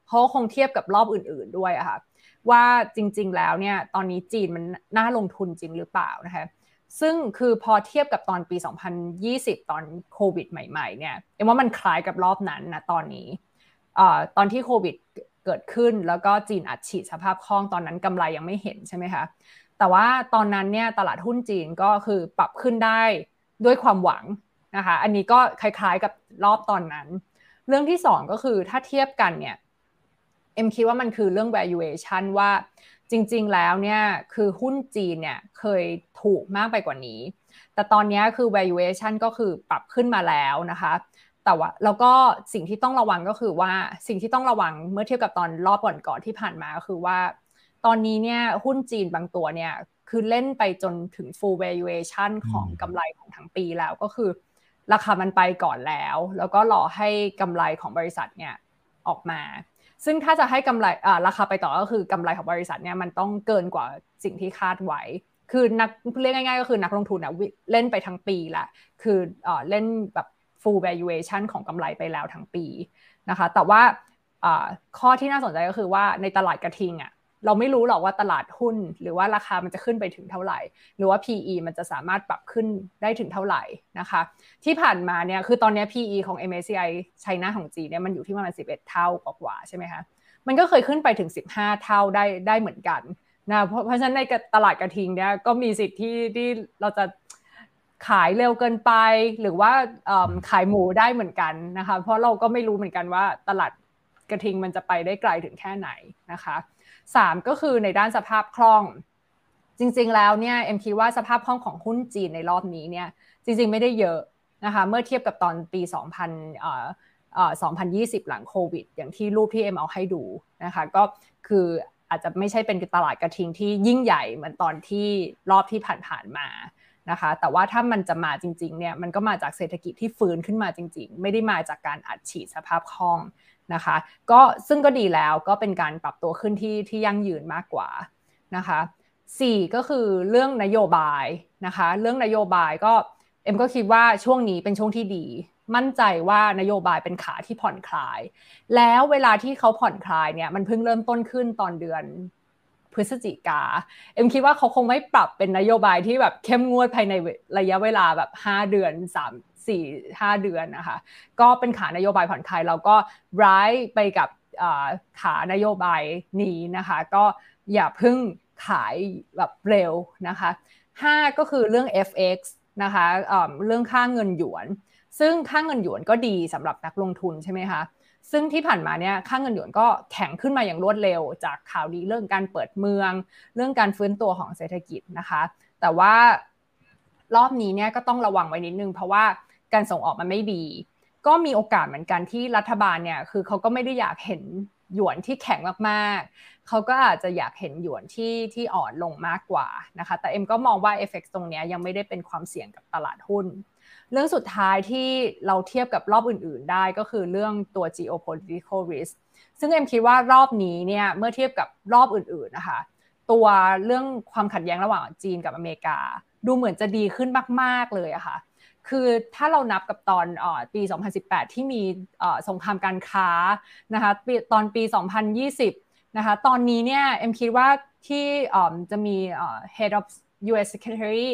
เพราะคงเทียบกับรอบอื่นๆด้วยอะค่ะว่าจริงๆแล้วเนี่ยตอนนี้จีนมันน่าลงทุนจริงหรือเปล่านะคะซึ่งคือพอเทียบกับตอนปีสองพันยี่สิบตอนโควิดใหม่ๆเนี่ยเอ็มว่ามันคล้ายกับรอบนั้นนะตอนนี้เอ่อตอนที่โควิดเกิดขึ้นแล้วก็จีนอัดฉีดสภาพคล่องตอนนั้นกำไรยังไม่เห็นใช่ไหมคะแต่ว่าตอนนั้นเนี่ยตลาดหุ้นจีนก็คือปรับขึ้นได้ด้วยความหวังนะคะอันนี้ก็คล้ายๆกับรอบตอนนั้นเรื่องที่สองก็คือถ้าเทียบกันเนี่ยเอ็มคิดว่ามันคือเรื่อง valuation ว่าจริงๆแล้วเนี่ยคือหุ้นจีนเนี่ยเคยถูกมากไปกว่านี้แต่ตอนนี้คือ valuation ก็คือปรับขึ้นมาแล้วนะคะแต่ว่าแล้วก็สิ่งที่ต้องระวังก็คือว่าสิ่งที่ต้องระวังเมื่อเทียบกับตอนรอบก่อนๆที่ผ่านมาก็คือว่าตอนนี้เนี่ยหุ้นจีนบางตัวเนี่ยคือเล่นไปจนถึง full valuation ของกำไรของทั้งปีแล้วก็คือราคามันไปก่อนแล้วแล้วก็รอให้กำไรของบริษัทเนี่ยออกมาซึ่งถ้าจะให้กำไรอ่าราคาไปต่อก็คือกำไรของบริษัทเนี่ยมันต้องเกินกว่าสิ่งที่คาดไว้คือนักเรียกง่ายๆก็คือนักลงทุนนะเล่นไปทั้งปีละคือเอ่อเล่นแบบ full valuation ของกำไรไปแล้วทั้งปีนะคะแต่ว่าข้อที่น่าสนใจก็คือว่าในตลาดกระทิงอ่ะเราไม่รู้หรอกว่าตลาดหุ้นหรือว่าราคามันจะขึ้นไปถึงเท่าไหร่หรือว่า พี อี มันจะสามารถปรับขึ้นได้ถึงเท่าไหร่นะคะที่ผ่านมาเนี่ยคือตอนนี้ พี อี ของ เอ็ม เอส ซี ไอ China ของจีนเนี่ยมันอยู่ที่ประมาณสิบเอ็ดเท่ากว่าๆใช่ไหมคะมันก็เคยขึ้นไปถึงสิบห้าเท่าได้ได้เหมือนกันนะเพราะเพราะฉะนั้นในตลาดกระทิงเนี่ยก็มีสิทธิ์ที่ที่เราจะขายเร็วเกินไปหรือว่าขายหมูได้เหมือนกันนะคะเพราะเราก็ไม่รู้เหมือนกันว่าตลาดกระทิงมันจะไปได้ไกลถึงแค่ไหนนะคะสามก็คือในด้านสภาพคล่องจริงๆแล้วเนี่ยเอ็มคิดว่าสภาพคล่องของหุ้นจีนในรอบนี้เนี่ยจริงๆไม่ได้เยอะนะคะเมื่อเทียบกับตอนปีสองพันเอ่อเอ่อสองพันยี่สิบหลังโควิดอย่างที่รูปที่เอ็มเอาให้ดูนะคะก็คืออาจจะไม่ใช่เป็นตลาดกระทิงที่ยิ่งใหญ่เหมือนตอนที่รอบที่ผ่านๆมานะคะแต่ว่าถ้ามันจะมาจริงๆเนี่ยมันก็มาจากเศรษฐกิจที่ฟื้นขึ้นมาจริงๆไม่ได้มาจากการอัดฉีดสภาพคล่องนะคะก็ซึ่งก็ดีแล้วก็เป็นการปรับตัวขึ้นที่ที่ยั่งยืนมากกว่านะคะสี่ก็คือเรื่องนโยบายนะคะเรื่องนโยบายก็เอ็มก็คิดว่าช่วงนี้เป็นช่วงที่ดีมั่นใจว่านโยบายเป็นขาที่ผ่อนคลายแล้วเวลาที่เขาผ่อนคลายเนี่ยมันเพิ่งเริ่มต้นขึ้นตอนเดือนพฤศจิกาเอ็มคิดว่าเขาคงไม่ปรับเป็นนโยบายที่แบบเข้มงวดภายในระยะเวลาแบบห้าเดือนสามสี่ ห้าเดือนนะคะก็เป็นขานโยบายผ่อนคลายแล้วก็ร้ายไปกับขานโยบายนี้นะคะก็อย่าเพิ่งขายแบบเร็วนะคะห้าก็คือเรื่อง เอฟ เอ็กซ์ นะคะเรื่องค่าเงินหยวนซึ่งค่าเงินหยวนก็ดีสำหรับนักลงทุนใช่ไหมคะซึ่งที่ผ่านมาเนี่ยค่าเงินหยวนก็แข็งขึ้นมาอย่างรวดเร็วจากข่าวดีเรื่องการเปิดเมืองเรื่องการฟื้นตัวของเศรษฐกิจนะคะแต่ว่ารอบนี้เนี่ยก็ต้องระวังไว้นิดนึงเพราะว่าการส่งออกมันไม่ดีก็มีโอกาสเหมือนกันที่รัฐบาลเนี่ยคือเขาก็ไม่ได้อยากเห็นหยวนที่แข็งมากๆเขาก็อาจจะอยากเห็นหยวนที่ที่อ่อนลงมากกว่านะคะแต่เอ็มก็มองว่าเอฟเฟกต์ตรงนี้ยังไม่ได้เป็นความเสี่ยงกับตลาดหุ้นเรื่องสุดท้ายที่เราเทียบกับรอบอื่นๆได้ก็คือเรื่องตัว geopolitical risk ซึ่งเอ็มคิดว่ารอบนี้เนี่ยเมื่อเทียบกับรอบอื่นๆนะคะตัวเรื่องความขัดแย้งระหว่างจีนกับอเมริกาดูเหมือนจะดีขึ้นมากๆเลยอะค่ะคือถ้าเรานับกับตอนปีสองพันสิบแปดที่มีสงครามการค้านะคะตอนปีสองพันยี่สิบนะคะตอนนี้เนี่ยเอ็มคิดว่าที่จะมี head of ยู เอส secretary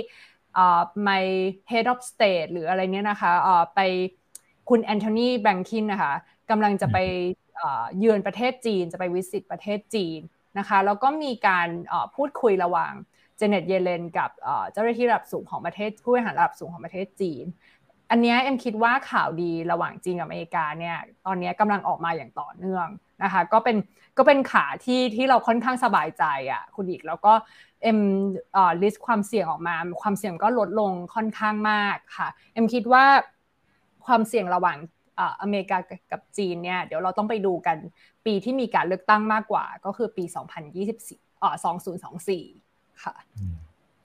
my head of state หรืออะไรเนี้ยนะคะไปคุณแอนโทนีแบงคินนะคะกำลังจะไปเยือนประเทศจีนจะไปวิสิตประเทศจีนนะคะแล้วก็มีการพูดคุยระหว่างเจเน็ตเยเลนกับเจ้าหน้าที่ระดับสูงของประเทศผู้บริหารระดับสูงของประเทศจีนอันนี้เอ็มคิดว่าข่าวดีระหว่างจีนกับอเมริกาเนี่ยตอนนี้กำลังออกมาอย่างต่อเนื่องนะคะก็เป็นก็เป็นขาที่ที่เราค่อนข้างสบายใจอ่ะคุณอีกแล้วก็เอ็มเอ่อ list ความเสี่ยงออกมาความเสี่ยงก็ลดลงค่อนข้างมากค่ะเอ็มคิดว่าความเสี่ยงระหว่างอเมริกากับจีนเนี่ยเดี๋ยวเราต้องไปดูกันปีที่มีการเลือกตั้งมากกว่าก็คือปีสองพันยี่สิบสี่อ่อสองพันยี่สิบสี่ค่ะ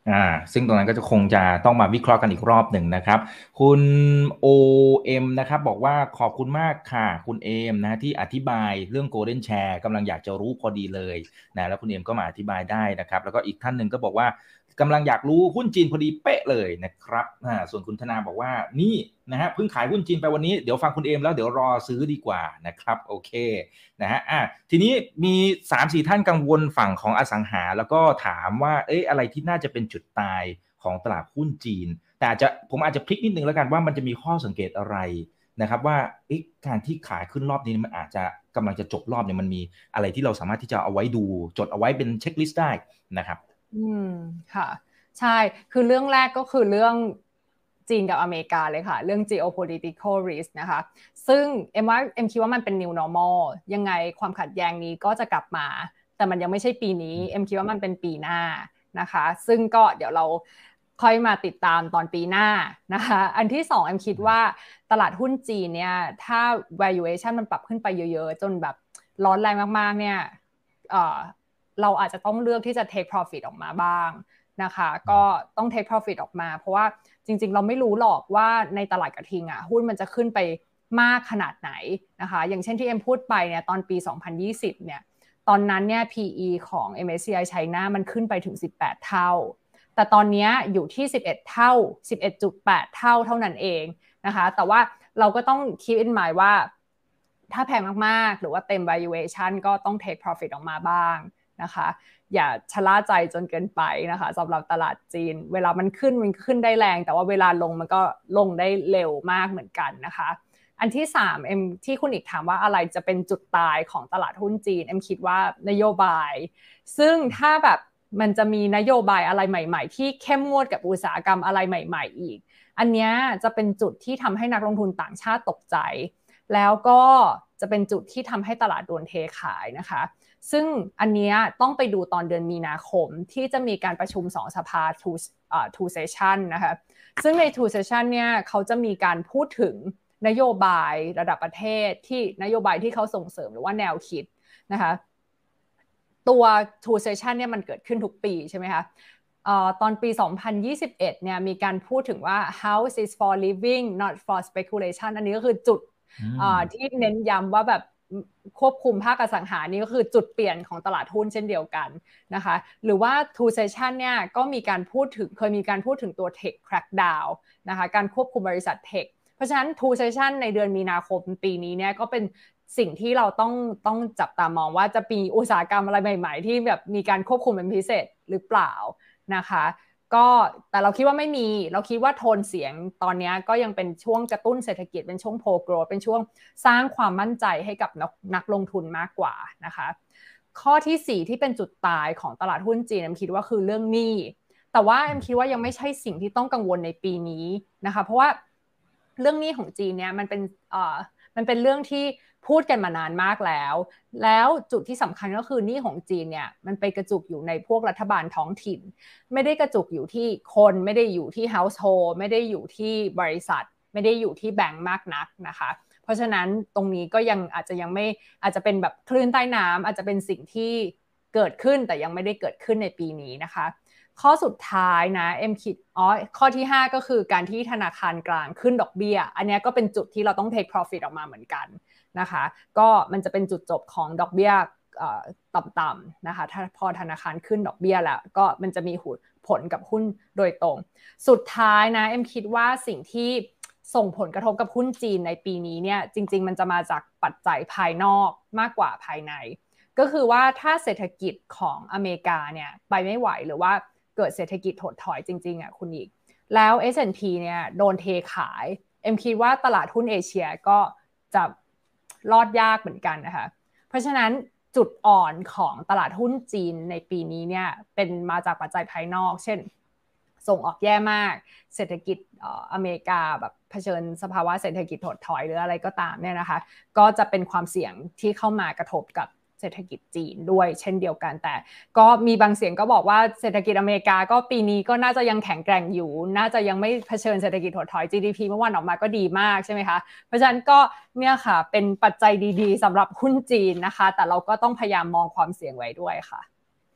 อ่าซึ่งตรงนั้นก็จะคงจะต้องมาวิเคราะห์กันอีกรอบหนึ่งนะครับคุณ โอ เอ็ม นะครับบอกว่าขอบคุณมากค่ะคุณเอมนะที่อธิบายเรื่อง Golden Share กำลังอยากจะรู้พอดีเลยนะแล้วคุณเอมก็มาอธิบายได้นะครับแล้วก็อีกท่านหนึ่งก็บอกว่ากำลังอยากรู้หุ้นจีนพอดีเป๊ะเลยนะครับอ่าส่วนคุณธนาบอกว่านี่นะฮะเพิ่งขายหุ้นจีนไปวันนี้เดี๋ยวฟังคุณเอมแล้วเดี๋ยวรอซื้อดีกว่านะครับโอเคนะฮะอ่ะทีนี้มี สามสี่ ท่านกังวลฝั่งของอสังหาแล้วก็ถามว่าเอ้ยอะไรที่น่าจะเป็นจุดตายของตลาดหุ้นจีนแต่อาจจะผมอาจจะพลิกนิดนึงแล้วกันว่ามันจะมีข้อสังเกตอะไรนะครับว่าการที่ขายขึ้นรอบนี้มันอาจจะกำลังจะจบรอบเนี่ยมันมีอะไรที่เราสามารถที่จะเอาไว้ดูจดเอาไว้เป็นเช็คลิสต์ได้นะครับอืมค่ะใช่คือเรื่องแรกก็คือเรื่องจีนกับอเมริกาเลยค่ะเรื่อง geopolitical risk นะคะซึ่งเอ็มว่าเอ็มคิดว่ามันเป็น new normal ยังไงความขัดแย้งนี้ก็จะกลับมาแต่มันยังไม่ใช่ปีนี้เอ็มคิดว่ามันเป็นปีหน้านะคะซึ่งก็เดี๋ยวเราค่อยมาติดตามตอนปีหน้านะคะอันที่สองเอ็มคิดว่าตลาดหุ้นจีนเนี่ยถ้า valuation มันปรับขึ้นไปเยอะๆจนแบบร้อนแรงมากๆเนี่ยเอ่อเราอาจจะต้องเลือกที่จะ take profit ออกมาบ้างนะคะก็ต้อง take profit ออกมาเพราะว่าจริงๆเราไม่รู้หรอกว่าในตลาดกระทิงอ่ะหุ้นมันจะขึ้นไปมากขนาดไหนนะคะอย่างเช่นที่เอ็มพูดไปเนี่ยตอนปีสองพันยี่สิบเนี่ยตอนนั้นเนี่ย พี อี ของ เอ็ม เอส ซี ไอ China มันขึ้นไปถึงสิบแปดเท่าแต่ตอนนี้อยู่ที่สิบเอ็ดเท่า สิบเอ็ดจุดแปด เท่าเท่านั้นเองนะคะแต่ว่าเราก็ต้อง keep in mind ว่าถ้าแพงมากๆหรือว่าเต็ม valuation ก็ต้อง take profit ออกมาบ้างนะคะอย่าชะล่าใจจนเกินไปนะคะสำหรับตลาดจีนเวลามันขึ้นมันขึ้นได้แรงแต่ว่าเวลาลงมันก็ลงได้เร็วมากเหมือนกันนะคะอันที่สามเอ็มที่คุณอีกถามว่าอะไรจะเป็นจุดตายของตลาดหุ้นจีนเอ็มคิดว่านโยบายซึ่งถ้าแบบมันจะมีนโยบายอะไรใหม่ๆที่เข้มงวดกับอุตสาหกรรมอะไรใหม่ๆอีกอันนี้จะเป็นจุดที่ทำให้นักลงทุนต่างชาติตกใจแล้วก็จะเป็นจุดที่ทำให้ตลาดโดนเทขายนะคะซึ่งอันนี้ต้องไปดูตอนเดือนมีนาคมที่จะมีการประชุมสองสภา two อ่า two session นะคะซึ่งใน two session เนี่ยเขาจะมีการพูดถึงนโยบายระดับประเทศที่นโยบายที่เขาส่งเสริมหรือว่าแนวคิดนะคะตัว two session เนี่ยมันเกิดขึ้นทุกปีใช่ไหมคะเอ่อตอนปีสองพันยี่สิบเอ็ดเนี่ยมีการพูดถึงว่า house is for living not for speculation อันนี้ก็คือจุดที่เน้นย้ำว่าแบบควบคุมภาคอสังหานี่ก็คือจุดเปลี่ยนของตลาดหุ้นเช่นเดียวกันนะคะหรือว่า two session เนี่ยก็มีการพูดถึงเคยมีการพูดถึงตัว tech crackdown นะคะการควบคุมบริษัท tech เพราะฉะนั้น two session ในเดือนมีนาคมปีนี้เนี่ยก็เป็นสิ่งที่เราต้องต้องจับตามองว่าจะมีอุตสาหกรรมอะไรใหม่ๆที่แบบมีการควบคุมเป็นพิเศษหรือเปล่านะคะก็แต่เราคิดว่าไม่มีเราคิดว่าโทนเสียงตอนนี้ก็ยังเป็นช่วงกระตุ้นเศรษฐกิจเป็นช่วง pro growth เป็นช่วงสร้างความมั่นใจให้กับนักนักลงทุนมากกว่านะคะข้อที่สี่ที่เป็นจุดตายของตลาดหุ้นจีนเอ็มคิดว่าคือเรื่องหนี้แต่ว่าเอ็มคิดว่ายังไม่ใช่สิ่งที่ต้องกังวลในปีนี้นะคะเพราะว่าเรื่องหนี้ของจีนเนี่ยมันเป็นเอ่อมันเป็นเรื่องที่พูดกันมานานมากแล้วแล้วจุดที่สำคัญก็คือหนี้ของจีนเนี่ยมันไปกระจุกอยู่ในพวกรัฐบาลท้องถิ่นไม่ได้กระจุกอยู่ที่คนไม่ได้อยู่ที่ household ไม่ได้อยู่ที่บริษัทไม่ได้อยู่ที่แบงก์มากนักนะคะเพราะฉะนั้นตรงนี้ก็ยังอาจจะยังไม่อาจจะเป็นแบบคลื่นใต้น้ำอาจจะเป็นสิ่งที่เกิดขึ้นแต่ยังไม่ได้เกิดขึ้นในปีนี้นะคะข้อสุดท้ายนะเอ็มคิดอ๋อข้อที่ห้าก็คือการที่ธนาคารกลางขึ้นดอกเบี้ยอันนี้ก็เป็นจุดที่เราต้อง take profit ออกมาเหมือนกันนะคะก็มันจะเป็นจุดจบของดอกเบี้ยต่ำๆนะคะถ้าพอธนาคารขึ้นดอกเบี้ยแล้วก็มันจะมีผลกับหุ้นโดยตรงสุดท้ายนะเอ็มคิดว่าสิ่งที่ส่งผลกระทบกับหุ้นจีนในปีนี้เนี่ยจริงๆมันจะมาจากปัจจัยภายนอกมากกว่าภายในก็คือว่าถ้าเศรษฐกิจของอเมริกาเนี่ยไปไม่ไหวหรือว่าเกิดเศรษฐกิจถดถอยจริงๆอ่ะคุณอีกแล้ว เอส แอนด์ พี เนี่ยโดนเทขายเอ็มคิดว่าตลาดหุ้นเอเชียก็จะรอดยากเหมือนกันนะคะเพราะฉะนั้นจุดอ่อนของตลาดหุ้นจีนในปีนี้เนี่ยเป็นมาจากปัจจัยภายนอกเช่นส่งออกแย่มากเศรษฐกิจอเมริกาแบบเผชิญสภาวะเศรษฐกิจถดถอยหรืออะไรก็ตามเนี่ยนะคะก็จะเป็นความเสี่ยงที่เข้ามากระทบกับเศรษฐกิจจีนด้วยเช่นเดียวกันแต่ก็มีบางเสียงก็บอกว่าเศรษฐกิจอเมริกาก็ปีนี้ก็น่าจะยังแข็งแกร่งอยู่น่าจะยังไม่เผชิญเศรษฐกิจถดถอย จี ดี พี เมื่อวานออกมาก็ดีมากใช่ไหมคะเพราะฉะนั้นก็เนี่ยค่ะเป็นปัจจัยดีๆสำหรับหุ้นจีนนะคะแต่เราก็ต้องพยายามมองความเสี่ยงไว้ด้วยค่ะ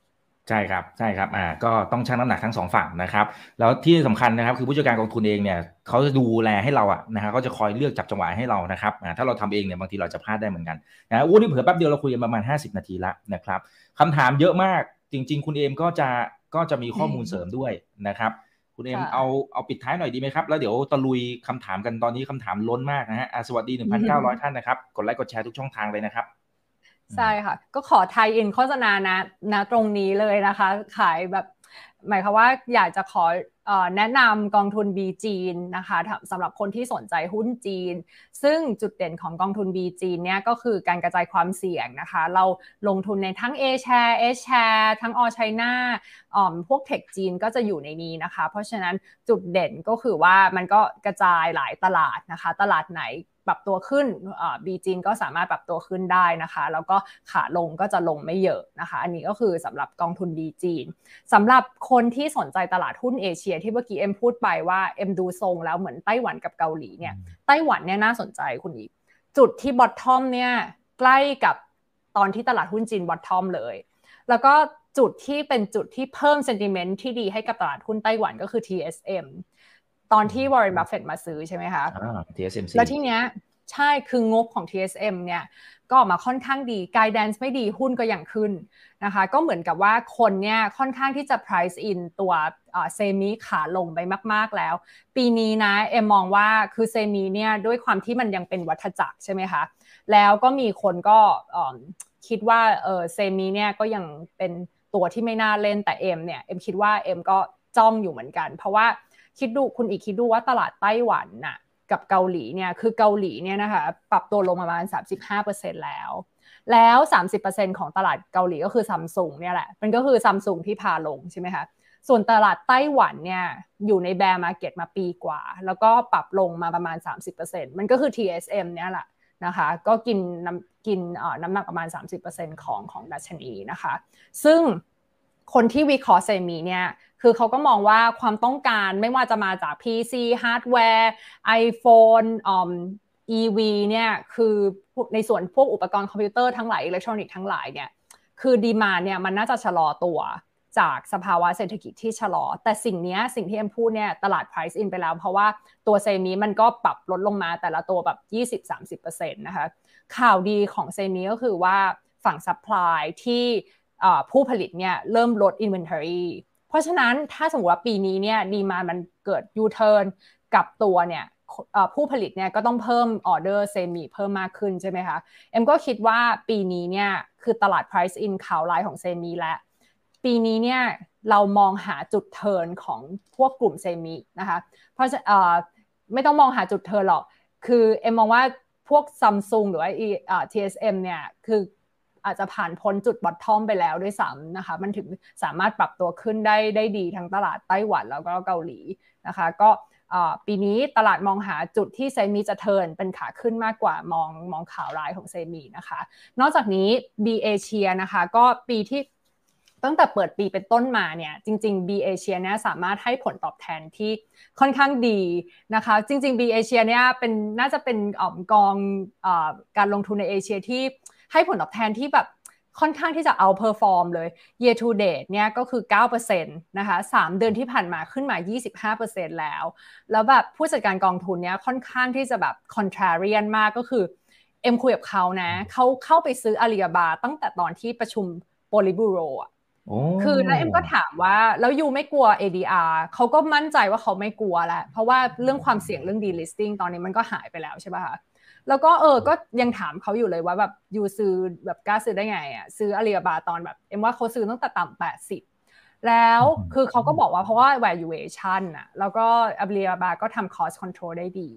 ใช่ครับใช่ครับอ่าก็ต้องชั่งน้ำหนักทั้งสองฝั่งนะครับแล้วที่สำคัญนะครับคือผู้จัดการกองทุนเองเนี่ยเขาจะดูแลให้เราอะนะฮะก็จะคอยเลือกจับจังหวะให้เรานะครับอ่าถ้าเราทำเองเนี่ยบางทีเราจะพลาดได้เหมือนกันนะโอ้นี่เผื่อแป๊บเดียวเราคุยกันประมาณห้าสิบนาทีละนะครับคำถามเยอะมากจริงๆคุณเอมก็จะก็จะมีข้อมูลเสริมด้วยนะครับคุณเอมเอาเอาปิดท้ายหน่อยดีไหมครับแล้วเดี๋ยวตะลุยคำถามกันตอนนี้คำถามล้นมากนะฮะสวัสดี หนึ่งพันเก้าร้อย ท่านนะครับกดไลค์กดแชร์ทุกช่องทางเลยนะครับใช่ค่ะก็ขอไทยอินโฆษณานะนะตรงนี้เลยนะคะขายแบบหมายความว่าอยากจะขอแนะนำกองทุน B จีนนะคะสำหรับคนที่สนใจหุ้นจีนซึ่งจุดเด่นของกองทุน B จีนเนี่ยก็คือการกระจายความเสี่ยงนะคะเราลงทุนในทั้ง A share H share ทั้ง All China พวกเทคจีนก็จะอยู่ในนี้นะคะเพราะฉะนั้นจุดเด่นก็คือว่ามันก็กระจายหลายตลาดนะคะตลาดไหนปรับตัวขึ้นบีจีนก็สามารถปรับตัวขึ้นได้นะคะแล้วก็ขาลงก็จะลงไม่เยอะนะคะอันนี้ก็คือสำหรับกองทุนบีจีนสำหรับคนที่สนใจตลาดหุ้นเอเชียที่เมื่อกี้เอ็มพูดไปว่าเอ็มดูทรงแล้วเหมือนไต้หวันกับเกาหลีเนี่ยไต้หวันเนี่ยน่าสนใจคุณอีกจุดที่บอททอมเนี่ยใกล้กับตอนที่ตลาดหุ้นจีนบอททอมเลยแล้วก็จุดที่เป็นจุดที่เพิ่มเซนติเมนต์ที่ดีให้กับตลาดหุ้นไต้หวันก็คือ ที เอส เอ็ม ตอนที่วอร์เรน บัฟเฟตต์มาซื้อใช่ไหมคะอ่า ที เอส เอ็ม ซีแล้วที่เนี้ยใช่คืองบของ ที เอส เอ็ม เนี่ยก็ออกมาค่อนข้างดี guidance ไม่ดีหุ้นก็ยังขึ้นนะคะก็เหมือนกับว่าคนเนี่ยค่อนข้างที่จะ price in ตัวเซมิขาลงไปมากๆแล้วปีนี้นะเอ็มมองว่าคือเซมิเนี่ยด้วยความที่มันยังเป็นวัฏจักรใช่ไหมคะแล้วก็มีคนก็คิดว่าเออเซมิเนี่ยก็ยังเป็นตัวที่ไม่น่าเล่นแต่เอ็มเนี่ยเอ็มคิดว่าเอ็มก็จ้องอยู่เหมือนกันเพราะว่าคิดดูคุณอีกคิดดูว่าตลาดไต้หวันน่ะกับเกาหลีเนี่ยคือเกาหลีเนี่ยนะคะปรับตัวลงมาประมาณ สามสิบห้าเปอร์เซ็นต์ แล้วแล้ว สามสิบเปอร์เซ็นต์ ของตลาดเกาหลีก็คือ Samsung เนี่ยแหละมันก็คือ Samsung ที่พาลงใช่ไหมคะส่วนตลาดไต้หวันเนี่ยอยู่ใน bear market มาปีกว่าแล้วก็ปรับลงมาประมาณ สามสิบเปอร์เซ็นต์ มันก็คือ ที เอส เอ็ม เนี่ยแหละนะคะก็กินน้ำกินเอ่อน้ำหนักประมาณ สามสิบเปอร์เซ็นต์ ของของดัชนีนะคะซึ่งคนที่วิเคราะห์เซมิเนี่ยคือเขาก็มองว่าความต้องการไม่ว่าจะมาจาก พี ซี ฮาร์ดแวร์ iPhone อ่อ อี วี เนี่ยคือในส่วนพวกอุปกรณ์คอมพิวเตอร์ทั้งหลายอิเล็กทรอนิกส์ทั้งหลายเนี่ยคือดีมานด์เนี่ยมันน่าจะชะลอตัวจากสภาวะเศรษฐกิจที่ชะลอแต่สิ่งนี้สิ่งที่เอ็มพูดเนี่ยตลาด price in ไปแล้วเพราะว่าตัวเซมิมันก็ปรับลดลงมาแต่ละตัวแบบ ยี่สิบถึงสามสิบเปอร์เซ็นต์ นะคะข่าวดีของเซมิก็คือว่าฝั่ง supply ที่ผู้ผลิตเนี่ยเริ่มลด inventory เพราะฉะนั้นถ้าสมมติว่าปีนี้เนี่ยดีมานด์มันเกิด U-turn กับตัวเนี่ยผู้ผลิตเนี่ยก็ต้องเพิ่มออเดอร์เซมิเพิ่มมากขึ้นใช่ไหมคะเอ็มก็คิดว่าปีนี้เนี่ยคือตลาด price in ข่าวร้ายของเซมิและปีนี้เนี่ยเรามองหาจุดเทิร์นของพวกกลุ่มเซมินะคะเพราะเอ่อไม่ต้องมองหาจุดเทิร์นหรอกคือเอ็มมองว่าพวก Samsung หรือว่า ที เอส เอ็ม เนี่ยคืออาจจะผ่านพ้นจุดบอททอมไปแล้วด้วยซ้ำนะคะมันถึงสามารถปรับตัวขึ้นได้ได้ดีทั้งตลาดไต้หวันแล้วก็เกาหลีนะคะก็ปีนี้ตลาดมองหาจุดที่เซมิจะเทิร์นเป็นขาขึ้นมากกว่ามองมองข่าวร้ายของเซมินะคะนอกจากนี้ B Asia นะคะก็ปีที่ตั้งแต่เปิดปีเป็นต้นมาเนี่ยจริงๆ B Asia เนี่ยสามารถให้ผลตอบแทนที่ค่อนข้างดีนะคะจริงๆ B Asia เนี่ยเป็นน่าจะเป็นกองการลงทุนในเอเชียที่ให้ผลตอบแทนที่แบบค่อนข้างที่จะ outperform เลย year to date เนี่ยก็คือ เก้าเปอร์เซ็นต์ นะคะสามเดือนที่ผ่านมาขึ้นมา ยี่สิบห้าเปอร์เซ็นต์ แล้วแล้วแบบผู้จัดการกองทุนเนี่ยค่อนข้างที่จะแบบ contrarian มากก็คือเอ็มคุยกับเขานะเขาเข้าไปซื้ออาลีบาบาตั้งแต่ตอนที่ประชุมโพลิบูโรอ่ะคือแล้วเอ็มก็ถามว่าแล้วยูไม่กลัว เอ ดี อาร์ เขาก็มั่นใจว่าเขาไม่กลัวแล้วเพราะว่าเรื่องความเสี่ยงเรื่อง delisting ตอนนี้มันก็หายไปแล้วใช่ป่ะคะแล้วก็เออก็ยังถามเขาอยู่เลยว่าแบบยูซื้อแบบกล้าซื้อได้ไงอ่ะซื้ออาลีบาบาตอนแบบเอ็มว่าเขาซื้อตั้งแต่ต่ำแปดสิบแล้วคือเขาก็บอกว่าเพราะว่า valuation น่ะแล้วก็อาลีบาบาก็ทำ cost control ได้ดี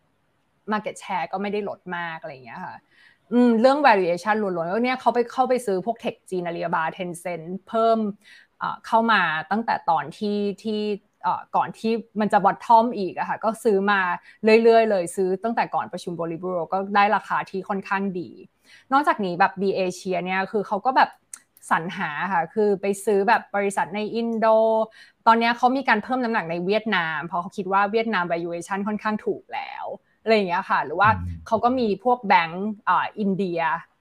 market share ก็ไม่ได้ลดมากอะไรอย่างเงี้ยค่ะอืมเรื่อง valuation ล้วนๆแล้วเนี่ยเขาไปเข้าไปซื้อพวกเทคจีนอาลีบาบา Tencent เพิ่มเข้ามาตั้งแต่ตอนที่ที่ก่อนที่มันจะบอททอมอีกอะค่ะก็ซื้อมาเรื่อยๆเลยซื้อตั้งแต่ก่อนประชุมโพลิบูโรก็ได้ราคาที่ค่อนข้างดีนอกจากนี้แบบ B Asia เนี่ยคือเขาก็แบบสรรหาค่ะคือไปซื้อแบบบริษัทในอินโดตอนนี้เขามีการเพิ่มน้ำหนักในเวียดนามเพราะเขาคิดว่าเวียดนาม valuation ค่อนข้างถูกแล้วอะไรอย่างเงี้ยค่ะหรือว่าเขาก็มีพวกแบงก์อ่าอินเดีย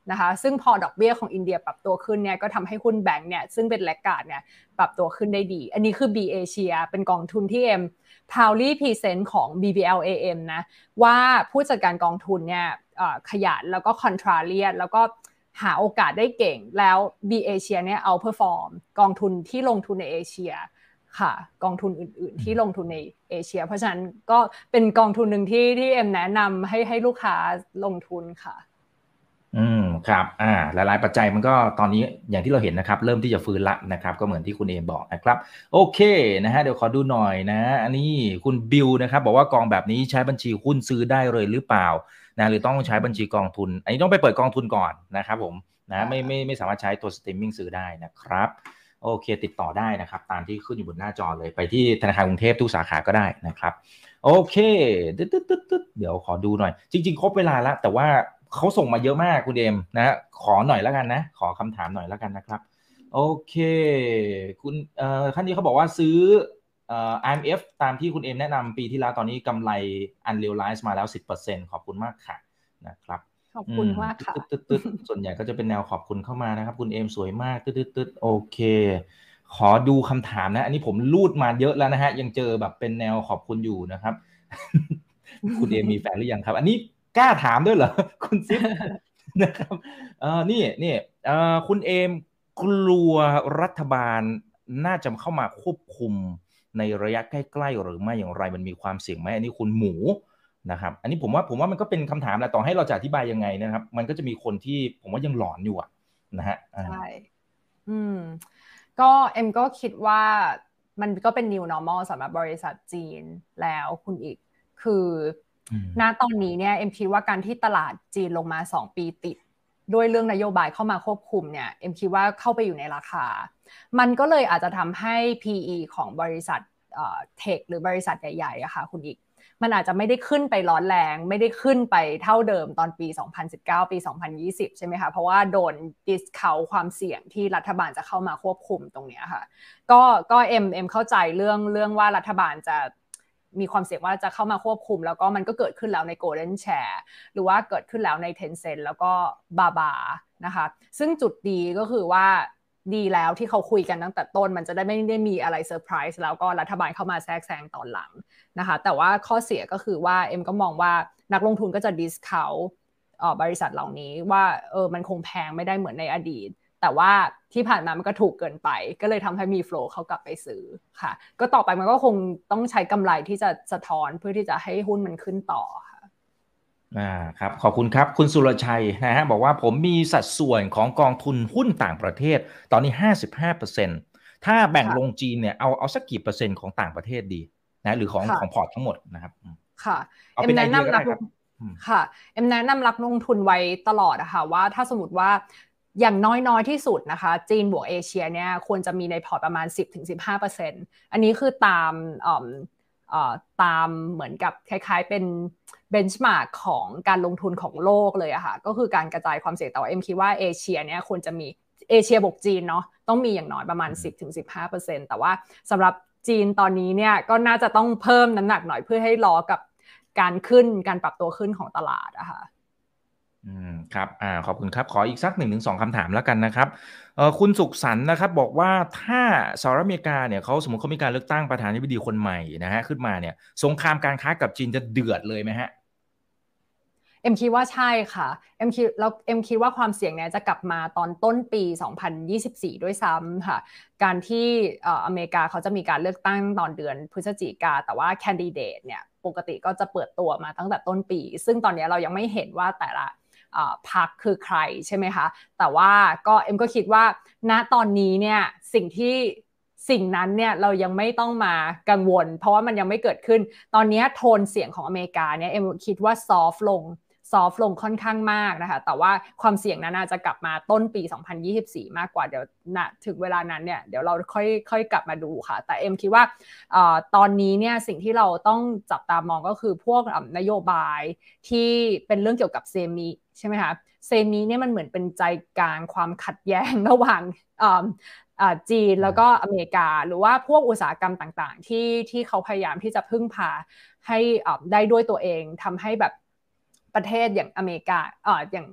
นะคะซึ่งพอดอกเบี้ยของอินเดียปรับตัวขึ้นเนี่ยก็ทำให้หุ้นแบงก์เนี่ยซึ่งเป็นแลกการ์ดเนี่ยปรับตัวขึ้นได้ดีอันนี้คือ B Asia เป็นกองทุนที่เอ็ม proudly present ของ บี บี แอล เอ เอ็ม นะว่าผู้จัดการกองทุนเนี่ยขยันแล้วก็ contrarian แล้วก็หาโอกาสได้เก่งแล้ว B Asia เนี่ย outperform กองทุนที่ลงทุนในเอเชียค่ะกองทุนอื่นๆที่ลงทุนในเอเชียเพราะฉะนั้นก็เป็นกองทุนหนึ่งที่ที่เอ็มแนะนำให้ให้ลูกค้าลงทุนค่ะอืมครับอ่าหลายๆปัจจัยมันก็ตอนนี้อย่างที่เราเห็นนะครับเริ่มที่จะฟื้นละนะครับก็เหมือนที่คุณเอมบอกนะครับโอเคนะฮะเดี๋ยวขอดูหน่อยนะอันนี้คุณบิวนะครับบอกว่ากองแบบนี้ใช้บัญชีหุ้นซื้อได้เลยหรือเปล่านะหรือต้องใช้บัญชีกองทุนอันนี้ต้องไปเปิดกองทุนก่อนนะครับผมนะไม่ไม่ไม่สามารถใช้ตัวสตรีมมิ่งซื้อได้นะครับโอเคติดต่อได้นะครับตามที่ขึ้นอยู่บนหน้าจอเลยไปที่ธนาคารกรุงเทพทุกสาขาก็ได้นะครับโอเคตึ๊ดตึ๊ดตึ๊ดตึ๊ดเดี๋ยวขอดูหน่อยจริงๆครบเวลาแล้วแต่ว่าเขาส่งมาเยอะมากคุณเอมนะขอหน่อยแล้วกันนะขอคำถามหน่อยแล้วกันนะครับโอเคคุณเอ่อท่านนี้เขาบอกว่าซื้อเอ่อ ไอ เอ็ม เอฟ ตามที่คุณเอมแนะนำปีที่แล้วตอนนี้กำไร unrealized มาแล้ว สิบเปอร์เซ็นต์ ขอบคุณมากค่ะนะครับขอบคุณมากค่ะตึ๊ดๆๆส่วนใหญ่ก็จะเป็นแนวขอบคุณเข้ามานะครับคุณเอมสวยมากตึ๊ดๆๆโอเคขอดูคำถามนะอันนี้ผมลูดมาเยอะแล้วนะฮะยังเจอแบบเป็นแนวขอบคุณอยู่นะครับคุณเอมมีแฟนหรือยังครับอันนี้กล้าถามด้วยเหรอคุณซิปนะครับเอ่อนี่นี่เอ่อคุณเอมกลัวรัฐบาลน่าจะเข้ามาควบคุมในระยะใกล้ๆหรือไม่อย่างไรมันมีความเสี่ยงไหมอันนี้คุณหมูนะครับอันนี้ผมว่าผมว่ามันก็เป็นคำถามแหละต่อให้เราจะอธิบายยังไงนะครับมันก็จะมีคนที่ผมว่ายังหลอนอยู่อะนะฮะใช่อืมก็เอ็มก็คิดว่ามันก็เป็น new normal สำหรับบริษัทจีนแล้วคุณอีกคือณตอนนี้เนี่ยเอ็มคิดว่าการที่ตลาดจีนลงมาสองปีติดด้วยเรื่องนโยบายเข้ามาควบคุมเนี่ยเอ็มคิดว่าเข้าไปอยู่ในราคามันก็เลยอาจจะทำให้ พี อี ของบริษัทเอ่อเทคหรือบริษัทใหญ่ๆอะค่ะคุณอีกมันอาจจะไม่ได้ขึ้นไปร้อนแรงไม่ได้ขึ้นไปเท่าเดิมตอนปีสองพันสิบเก้าปีสองพันยี่สิบใช่ไหมคะเพราะว่าโดนดิสเคาท์ความเสี่ยงที่รัฐบาลจะเข้ามาควบคุมตรงนี้ค่ะก็ก็เอ็มเอ็มเข้าใจเรื่องเรื่องว่ารัฐบาลจะมีความเสี่ยงว่าจะเข้ามาควบคุมแล้วก็มันก็เกิดขึ้นแล้วใน Golden Share หรือว่าเกิดขึ้นแล้วใน Tencent แล้วก็บาบานะคะซึ่งจุดดีก็คือว่าดีแล้วที่เขาคุยกันตั้งแต่ต้นมันจะได้ไม่ได้มีอะไรเซอร์ไพรส์แล้วก็รัฐบาลเข้ามาแทรกแซงตอนหลังนะคะแต่ว่าข้อเสียก็คือว่าเอ็มก็มองว่านักลงทุนก็จะดิสเคาท์บริษัทเหล่านี้ว่าเออมันคงแพงไม่ได้เหมือนในอดีตแต่ว่าที่ผ่านมามันก็ถูกเกินไปก็เลยทำให้มีโฟลว์เขากลับไปซื้อค่ะก็ต่อไปมันก็คงต้องใช้กำไรที่จะสะท้อนเพื่อที่จะให้หุ้นมันขึ้นต่อค่ะอ่าครับขอบคุณครับคุณสุรชัยนะฮะบอกว่าผมมีสัดส่วนของกองทุนหุ้นต่างประเทศตอนนี้ ห้าสิบห้าเปอร์เซ็นต์ ถ้าแบ่งลงจีนเนี่ยเอาเอาสักกี่เปอร์เซ็นต์ของต่างประเทศดีนะหรือของของพอร์ตทั้งหมดนะครับค่ะเอาเป็นไอเดียก็ได้ครับค่ะเอ็มแนะนำรับลงทุนไว้ตลอดนะคะว่าถ้าสมมติว่าอย่างน้อยๆที่สุดนะคะจีนบวกเอเชียเนี่ยควรจะมีในพอร์ตประมาณ สิบถึงสิบห้าเปอร์เซ็นต์ อันนี้คือตามเอ่อเอ่อตามเหมือนกับคล้ายๆเป็นเบนช์มาร์กของการลงทุนของโลกเลยอะค่ะก็คือการกระจายความเสี่ยงแต่ว่าเอ็มคิดว่าเอเชียเนี่ยควรจะมีเอเชียบวกจีนเนาะต้องมีอย่างน้อยประมาณ สิบถึงสิบห้าเปอร์เซ็นต์ แต่ว่าสำหรับจีนตอนนี้เนี่ยก็น่าจะต้องเพิ่มน้ำหนักหน่อยเพื่อให้รอกับการขึ้นการปรับตัวขึ้นของตลาดอะค่ะอืมครับอ่าขอบคุณครับขออีกสัก หนึ่งถึงสอง คำถามแล้วกันนะครับเอ่อคุณสุขสันต์นะครับบอกว่าถ้าสหรัฐอเมริกาเนี่ยเขาสมมุติเขามีการเลือกตั้งประธานาธิบดีคนใหม่นะฮะขึ้นมาเนี่ยสงครามการค้ากับจีนจะเดือดเลยไหมฮะเอ็มคิดว่าใช่ค่ะเอ็มคิดแล้วเอ็มคิดว่าความเสี่ยงเนี่ยจะกลับมาตอนต้นปีสองพันยี่สิบสี่ด้วยซ้ำค่ะการที่อเมริกาเขาจะมีการเลือกตั้งตอนเดือนพฤศจิกาแต่ว่าแคนดิเดตเนี่ยปกติก็จะเปิดตัวมาตั้งแต่ต้นปีซึ่งตอนนี้เรายังไม่เห็นว่าแต่ละพรรคคือใครใช่ไหมคะแต่ว่าก็เอ็มก็คิดว่าณตอนนี้เนี่ยสิ่งที่สิ่งนั้นเนี่ยเรายังไม่ต้องมากังวลเพราะว่ามันยังไม่เกิดขึ้นตอนนี้โทนเสียงของอเมริกาเนี่ยเอ็มคิดว่าซอฟต์ลงซอฟต์ลงค่อนข้างมากนะคะแต่ว่าความเสี่ยงนั้นอาจจะกลับมาต้นปีสองพันยี่สิบสี่มากกว่าเดี๋ยวนะถึงเวลานั้นเนี่ยเดี๋ยวเราค่อยค่อยกลับมาดูค่ะแต่เอ็มคิดว่าเอ่อตอนนี้เนี่ยสิ่งที่เราต้องจับตามองก็คือพวกนโยบายที่เป็นเรื่องเกี่ยวกับเซมิใช่ไหมคะเซมิเนี่ยมันเหมือนเป็นใจกลางความขัดแย้งระหว่างจีนแล้วก็อเมริกาหรือว่าพวกอุตสาหกรรมต่างๆที่ที่เขาพยายามที่จะพึ่งพาให้ได้ด้วยตัวเองทำให้แบบประเทศอย่างอเมริกาเอ่ออย่าง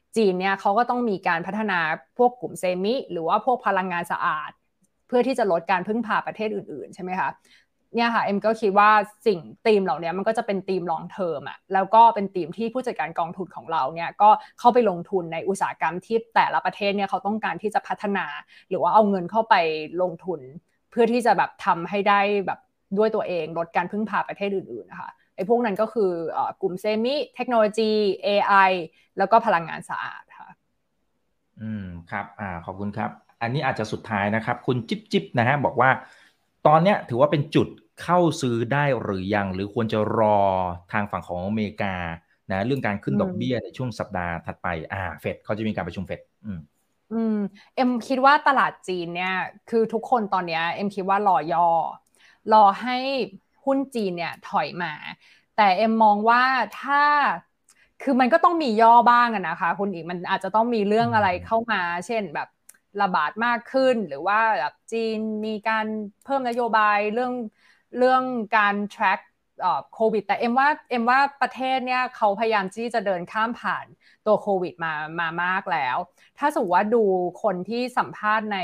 จีนเนี่ยเขาก็ต้องมีการพัฒนาพวกกลุ่มเซมิหรือว่าพวกพลังงานสะอาดเพื่อที่จะลดการพึ่งพาประเทศอื่นๆใช่ไหมคะเนี่ยค่ะเอ็มก็คิดว่าสิ่งธีมเหล่านี้มันก็จะเป็นธีม long term อ่ะแล้วก็เป็นธีมที่ผู้จัดการกองทุนของเราเนี่ยก็เข้าไปลงทุนในอุตสาหกรรมที่แต่ละประเทศเนี่ยเขาต้องการที่จะพัฒนาหรือว่าเอาเงินเข้าไปลงทุนเพื่อที่จะแบบทำให้ได้แบบด้วยตัวเองลดการพึ่งพาประเทศอื่นๆนะคะไอ้พวกนั้นก็คือกลุ่มเซมิเทคโนโลยี เอ ไอ แล้วก็พลังงานสะอาดค่ะอืมครับอ่าขอบคุณครับอันนี้อาจจะสุดท้ายนะครับคุณจิ๊บจิ๊บนะฮะบอกว่าตอนเนี้ยถือว่าเป็นจุดเข้าซื้อได้หรือยังหรือควรจะรอทางฝั่งของอเมริกานะเรื่องการขึ้นดอกเบี้ยในช่วงสัปดาห์ถัดไปอ่าเฟดเขาจะมีการประชุมเฟดอืมอืมเอ็มคิดว่าตลาดจีนเนี่ยคือทุกคนตอนนี้เอ็มคิดว่ารอย่อรอให้หุ้นจีนเนี่ยถอยมาแต่เอ็มมองว่าถ้าคือมันก็ต้องมีย่อบ้างอะนะคะคุณอีกมันอาจจะต้องมีเรื่องอะไรเข้ามาเช่นแบบระบาดมากขึ้นหรือว่าแบบจีนมีการเพิ่มนโยบายเรื่องเรื่องการ track โควิดแต่เอ็มว่าเอ็มว่าประเทศเนี่ยเขาพยายามที่จะเดินข้ามผ่านตัวโควิดมามามากแล้วถ้าสมมติว่าดูคนที่สัมภาษณ์ใน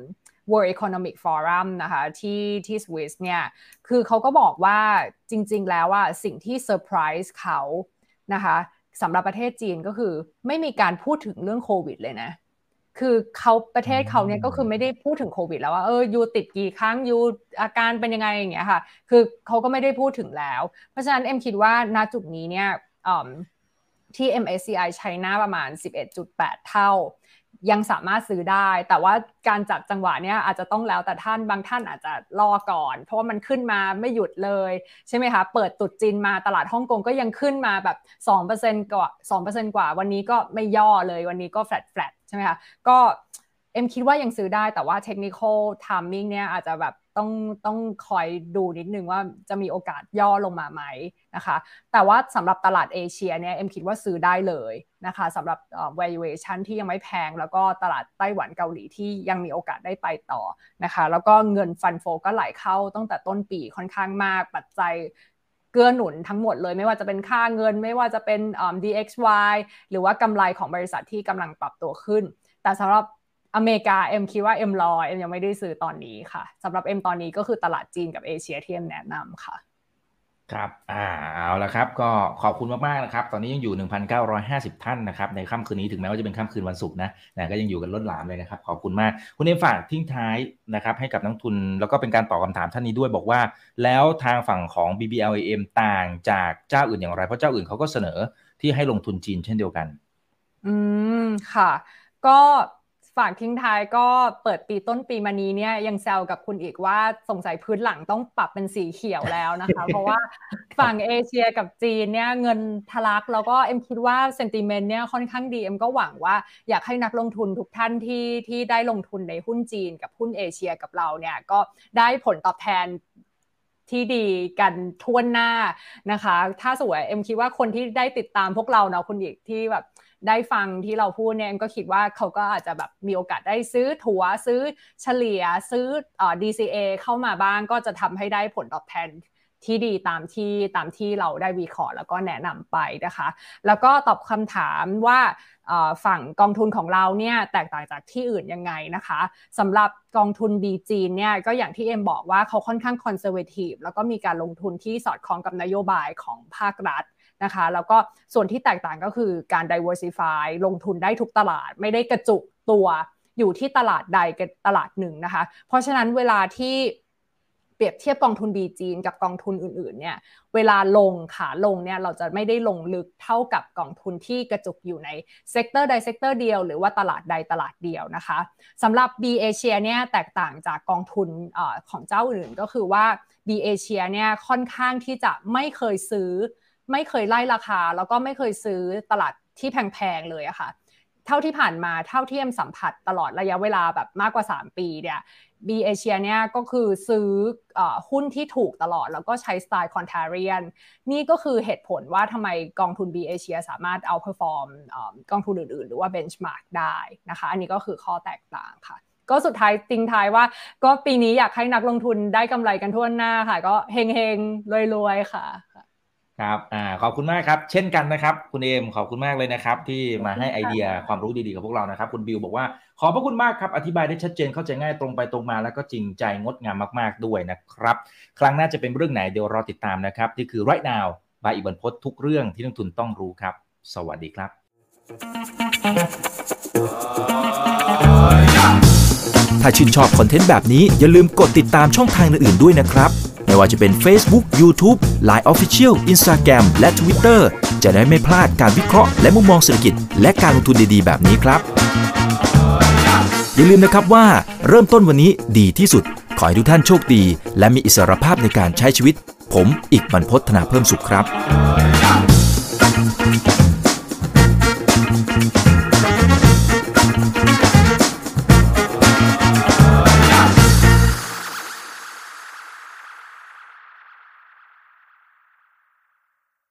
World Economic Forum นะคะที่ที่สวิสเนี่ยคือเขาก็บอกว่าจริงๆแล้วว่าสิ่งที่เซอร์ไพรส์เขานะคะสำหรับประเทศจีนก็คือไม่มีการพูดถึงเรื่องโควิดเลยนะคือเขาประเทศเขาเนี่ยก็คือไม่ได้พูดถึงโควิดแล้วว่าเออยูติดกี่ครั้งยูอาการเป็นยังไงอย่างเงี้ยค่ะคือเขาก็ไม่ได้พูดถึงแล้วเพราะฉะนั้นเอ็มคิดว่าณจุดนี้เนี่ยที่ เอ็ม เอส ซี ไอ China ประมาณ สิบเอ็ดจุดแปด เท่ายังสามารถซื้อได้แต่ว่าการจัดจังหวะเนี่ยอาจจะต้องแล้วแต่ท่านบางท่านอาจจะรอก่อนเพราะว่ามันขึ้นมาไม่หยุดเลยใช่ไหมคะเปิดตุดจีนมาตลาดฮ่องกงก็ยังขึ้นมาแบบ สองเปอร์เซ็นต์ กว่า สองเปอร์เซ็นต์ กว่าวันนี้ก็ไม่ย่อเลยวันนี้ก็แฟลตแฟลตใช่ไหมคะก็เอ็มคิดว่ายังซื้อได้แต่ว่า technical timing เนี่ยอาจจะแบบต้องต้องคอยดูนิดนึงว่าจะมีโอกาสย่อลงมาไหมนะคะแต่ว่าสำหรับตลาดเอเชียเนี่ยเอ็มคิดว่าซื้อได้เลยนะคะสำหรับ valuation ที่ยังไม่แพงแล้วก็ตลาดไต้หวันเกาหลีที่ยังมีโอกาสได้ไปต่อนะคะแล้วก็เงินฟันโฟก็ไหลเข้าตั้งแต่ต้นปีค่อนข้างมากปัจจัยเกื้อหนุนทั้งหมดเลยไม่ว่าจะเป็นค่าเงินไม่ว่าจะเป็น ดี เอ็กซ์ วาย หรือว่ากำไรของบริษัทที่กำลังปรับตัวขึ้นแต่สำหรับอเมริกาเอ็มคิดว่าเอ็มรอเอ็มยังไม่ได้ซื้อตอนนี้ค่ะสำหรับเอ็มตอนนี้ก็คือตลาดจีนกับเอเชียที่เอ็มแนะนำค่ะครับอ่าเอาละครับก็ขอบคุณมากๆนะครับตอนนี้ยังอยู่ หนึ่งพันเก้าร้อยห้าสิบ ท่านนะครับในค่ำคืนนี้ถึงแม้ว่าจะเป็นค่ำคืนวันศุกร์นะนะก็ยังอยู่กันล้นหลามเลยนะครับขอบคุณมากคุณเอ็มฝากทิ้งท้ายนะครับให้กับนักทุนแล้วก็เป็นการตอบคำถามท่านนี้ด้วยบอกว่าแล้วทางฝั่งของ บี บี แอล เอ เอ็ม ต่างจากเจ้าอื่นอย่างไรเพราะเจ้าอื่นเขาก็เสนอที่ให้ลงทุนจีนเช่นเดียวกันอืมค่ะก็ฝากทิ้งท้ายก็เปิดปีต้นปีมานี้เนี่ยยังแซวกับคุณอีกว่าสงสัยพื้นหลังต้องปรับเป็นสีเขียวแล้วนะคะเพราะว่าฝั่งเอเชียกับจีนเนี่ยเงินทะลักแล้วก็เอ็มคิดว่าเซนติเมนต์เนี่ยค่อนข้างดีเอ็มก็หวังว่าอยากให้นักลงทุนทุกท่านที่ที่ได้ลงทุนในหุ้นจีนกับหุ้นเอเชียกับเราเนี่ยก็ได้ผลตอบแทนที่ดีกันทั่วหน้านะคะถ้าสวยเอ็มคิดว่าคนที่ได้ติดตามพวกเราเนาะคุณอีกที่แบบได้ฟังที่เราพูดเนี่ยก็คิดว่าเขาก็อาจจะแบบมีโอกาสได้ซื้อถัวซื้อเฉลี่ยซื้อเอ่อ ดี ซี เอ เข้ามาบ้างก็จะทำให้ได้ผลตอบแทนที่ดีตามที่ตามที่เราได้วิเคราะห์แล้วก็แนะนำไปนะคะแล้วก็ตอบคำถามว่าฝั่งกองทุนของเราเนี่ยแตกต่างจากที่อื่นยังไงนะคะสำหรับกองทุน B จีนเนี่ยก็อย่างที่เอ็มบอกว่าเขาค่อนข้างคอนเซอร์เวทีฟแล้วก็มีการลงทุนที่สอดคล้องกับนโยบายของภาครัฐนะคะแล้วก็ส่วนที่แตกต่างก็คือการ diversify ลงทุนได้ทุกตลาดไม่ได้กระจุกตัวอยู่ที่ตลาดใดกับตลาดหนึ่งนะคะเพราะฉะนั้นเวลาที่เปรียบเทียบกองทุน B จีนกับกองทุนอื่นๆเนี่ยเวลาลงขาลงเนี่ยเราจะไม่ได้ลงลึกเท่ากับกองทุนที่กระจุกอยู่ในเซกเตอร์ใดเซกเตอร์เดียวหรือว่าตลาดใดตลาดเดียวนะคะสำหรับ B Asia เนี่ยแตกต่างจากกองทุนเอ่อของเจ้าอื่นก็คือว่า B Asia เนี่ยค่อนข้างที่จะไม่เคยซื้อไม่เคยไล่ราคาแล้วก็ไม่เคยซื้อตลาดที่แพงๆเลยอะค่ะเท่าที่ผ่านมาเท่าที่เอ็มสัมผัสตลอดระยะเวลาแบบมากกว่าสามปีเนี่ย B Asia เนี่ยก็คือซื้อเอ่อหุ้นที่ถูกตลอดแล้วก็ใช้สไตล์ contrarian นี่ก็คือเหตุผลว่าทำไมกองทุน B Asia สามารถ outperform เอ่อกองทุนอื่นๆหรือว่า benchmark ได้นะคะอันนี้ก็คือข้อแตกต่างค่ะก็สุดท้ายทิ้งท้ายว่าก็ปีนี้อยากให้นักลงทุนได้กำไรกันทั่วหน้าค่ะก็เฮงๆรวยๆค่ะครับอ่าขอบคุณมากครับเช่นกันนะครับคุณเอมขอบคุณมากเลยนะครับที่มาให้ไอเดียความรู้ดีๆกับพวกเรานะครับคุณบิวบอกว่าขอบพระคุณมากครับอธิบายได้ชัดเจนเข้าใจง่ายตรงไปตรงมาแล้วก็จริงใจงดงามมากๆด้วยนะครับครั้งหน้าจะเป็นเรื่องไหนเดี๋ยวรอติดตามนะครับนี่คือ Right Now บายอิบันพจน์ทุกเรื่องที่นักทุนต้องรู้ครับสวัสดีครับถ้าชื่นชอบคอนเทนต์แบบนี้อย่าลืมกดติดตามช่องทางอื่นๆด้วยนะครับไม่ว่าจะเป็น Facebook, YouTube, ไลน์ Official, Instagram และ Twitter จะได้ไม่พลาดการวิเคราะห์และมุมมองเศรษฐกิจและการลงทุนดีๆแบบนี้ครับอย่าลืมนะครับว่าเริ่มต้นวันนี้ดีที่สุดขอให้ทุกท่านโชคดีและมีอิสรภาพในการใช้ชีวิตผมอีกบรรพต ธนาเพิ่มสุขครับ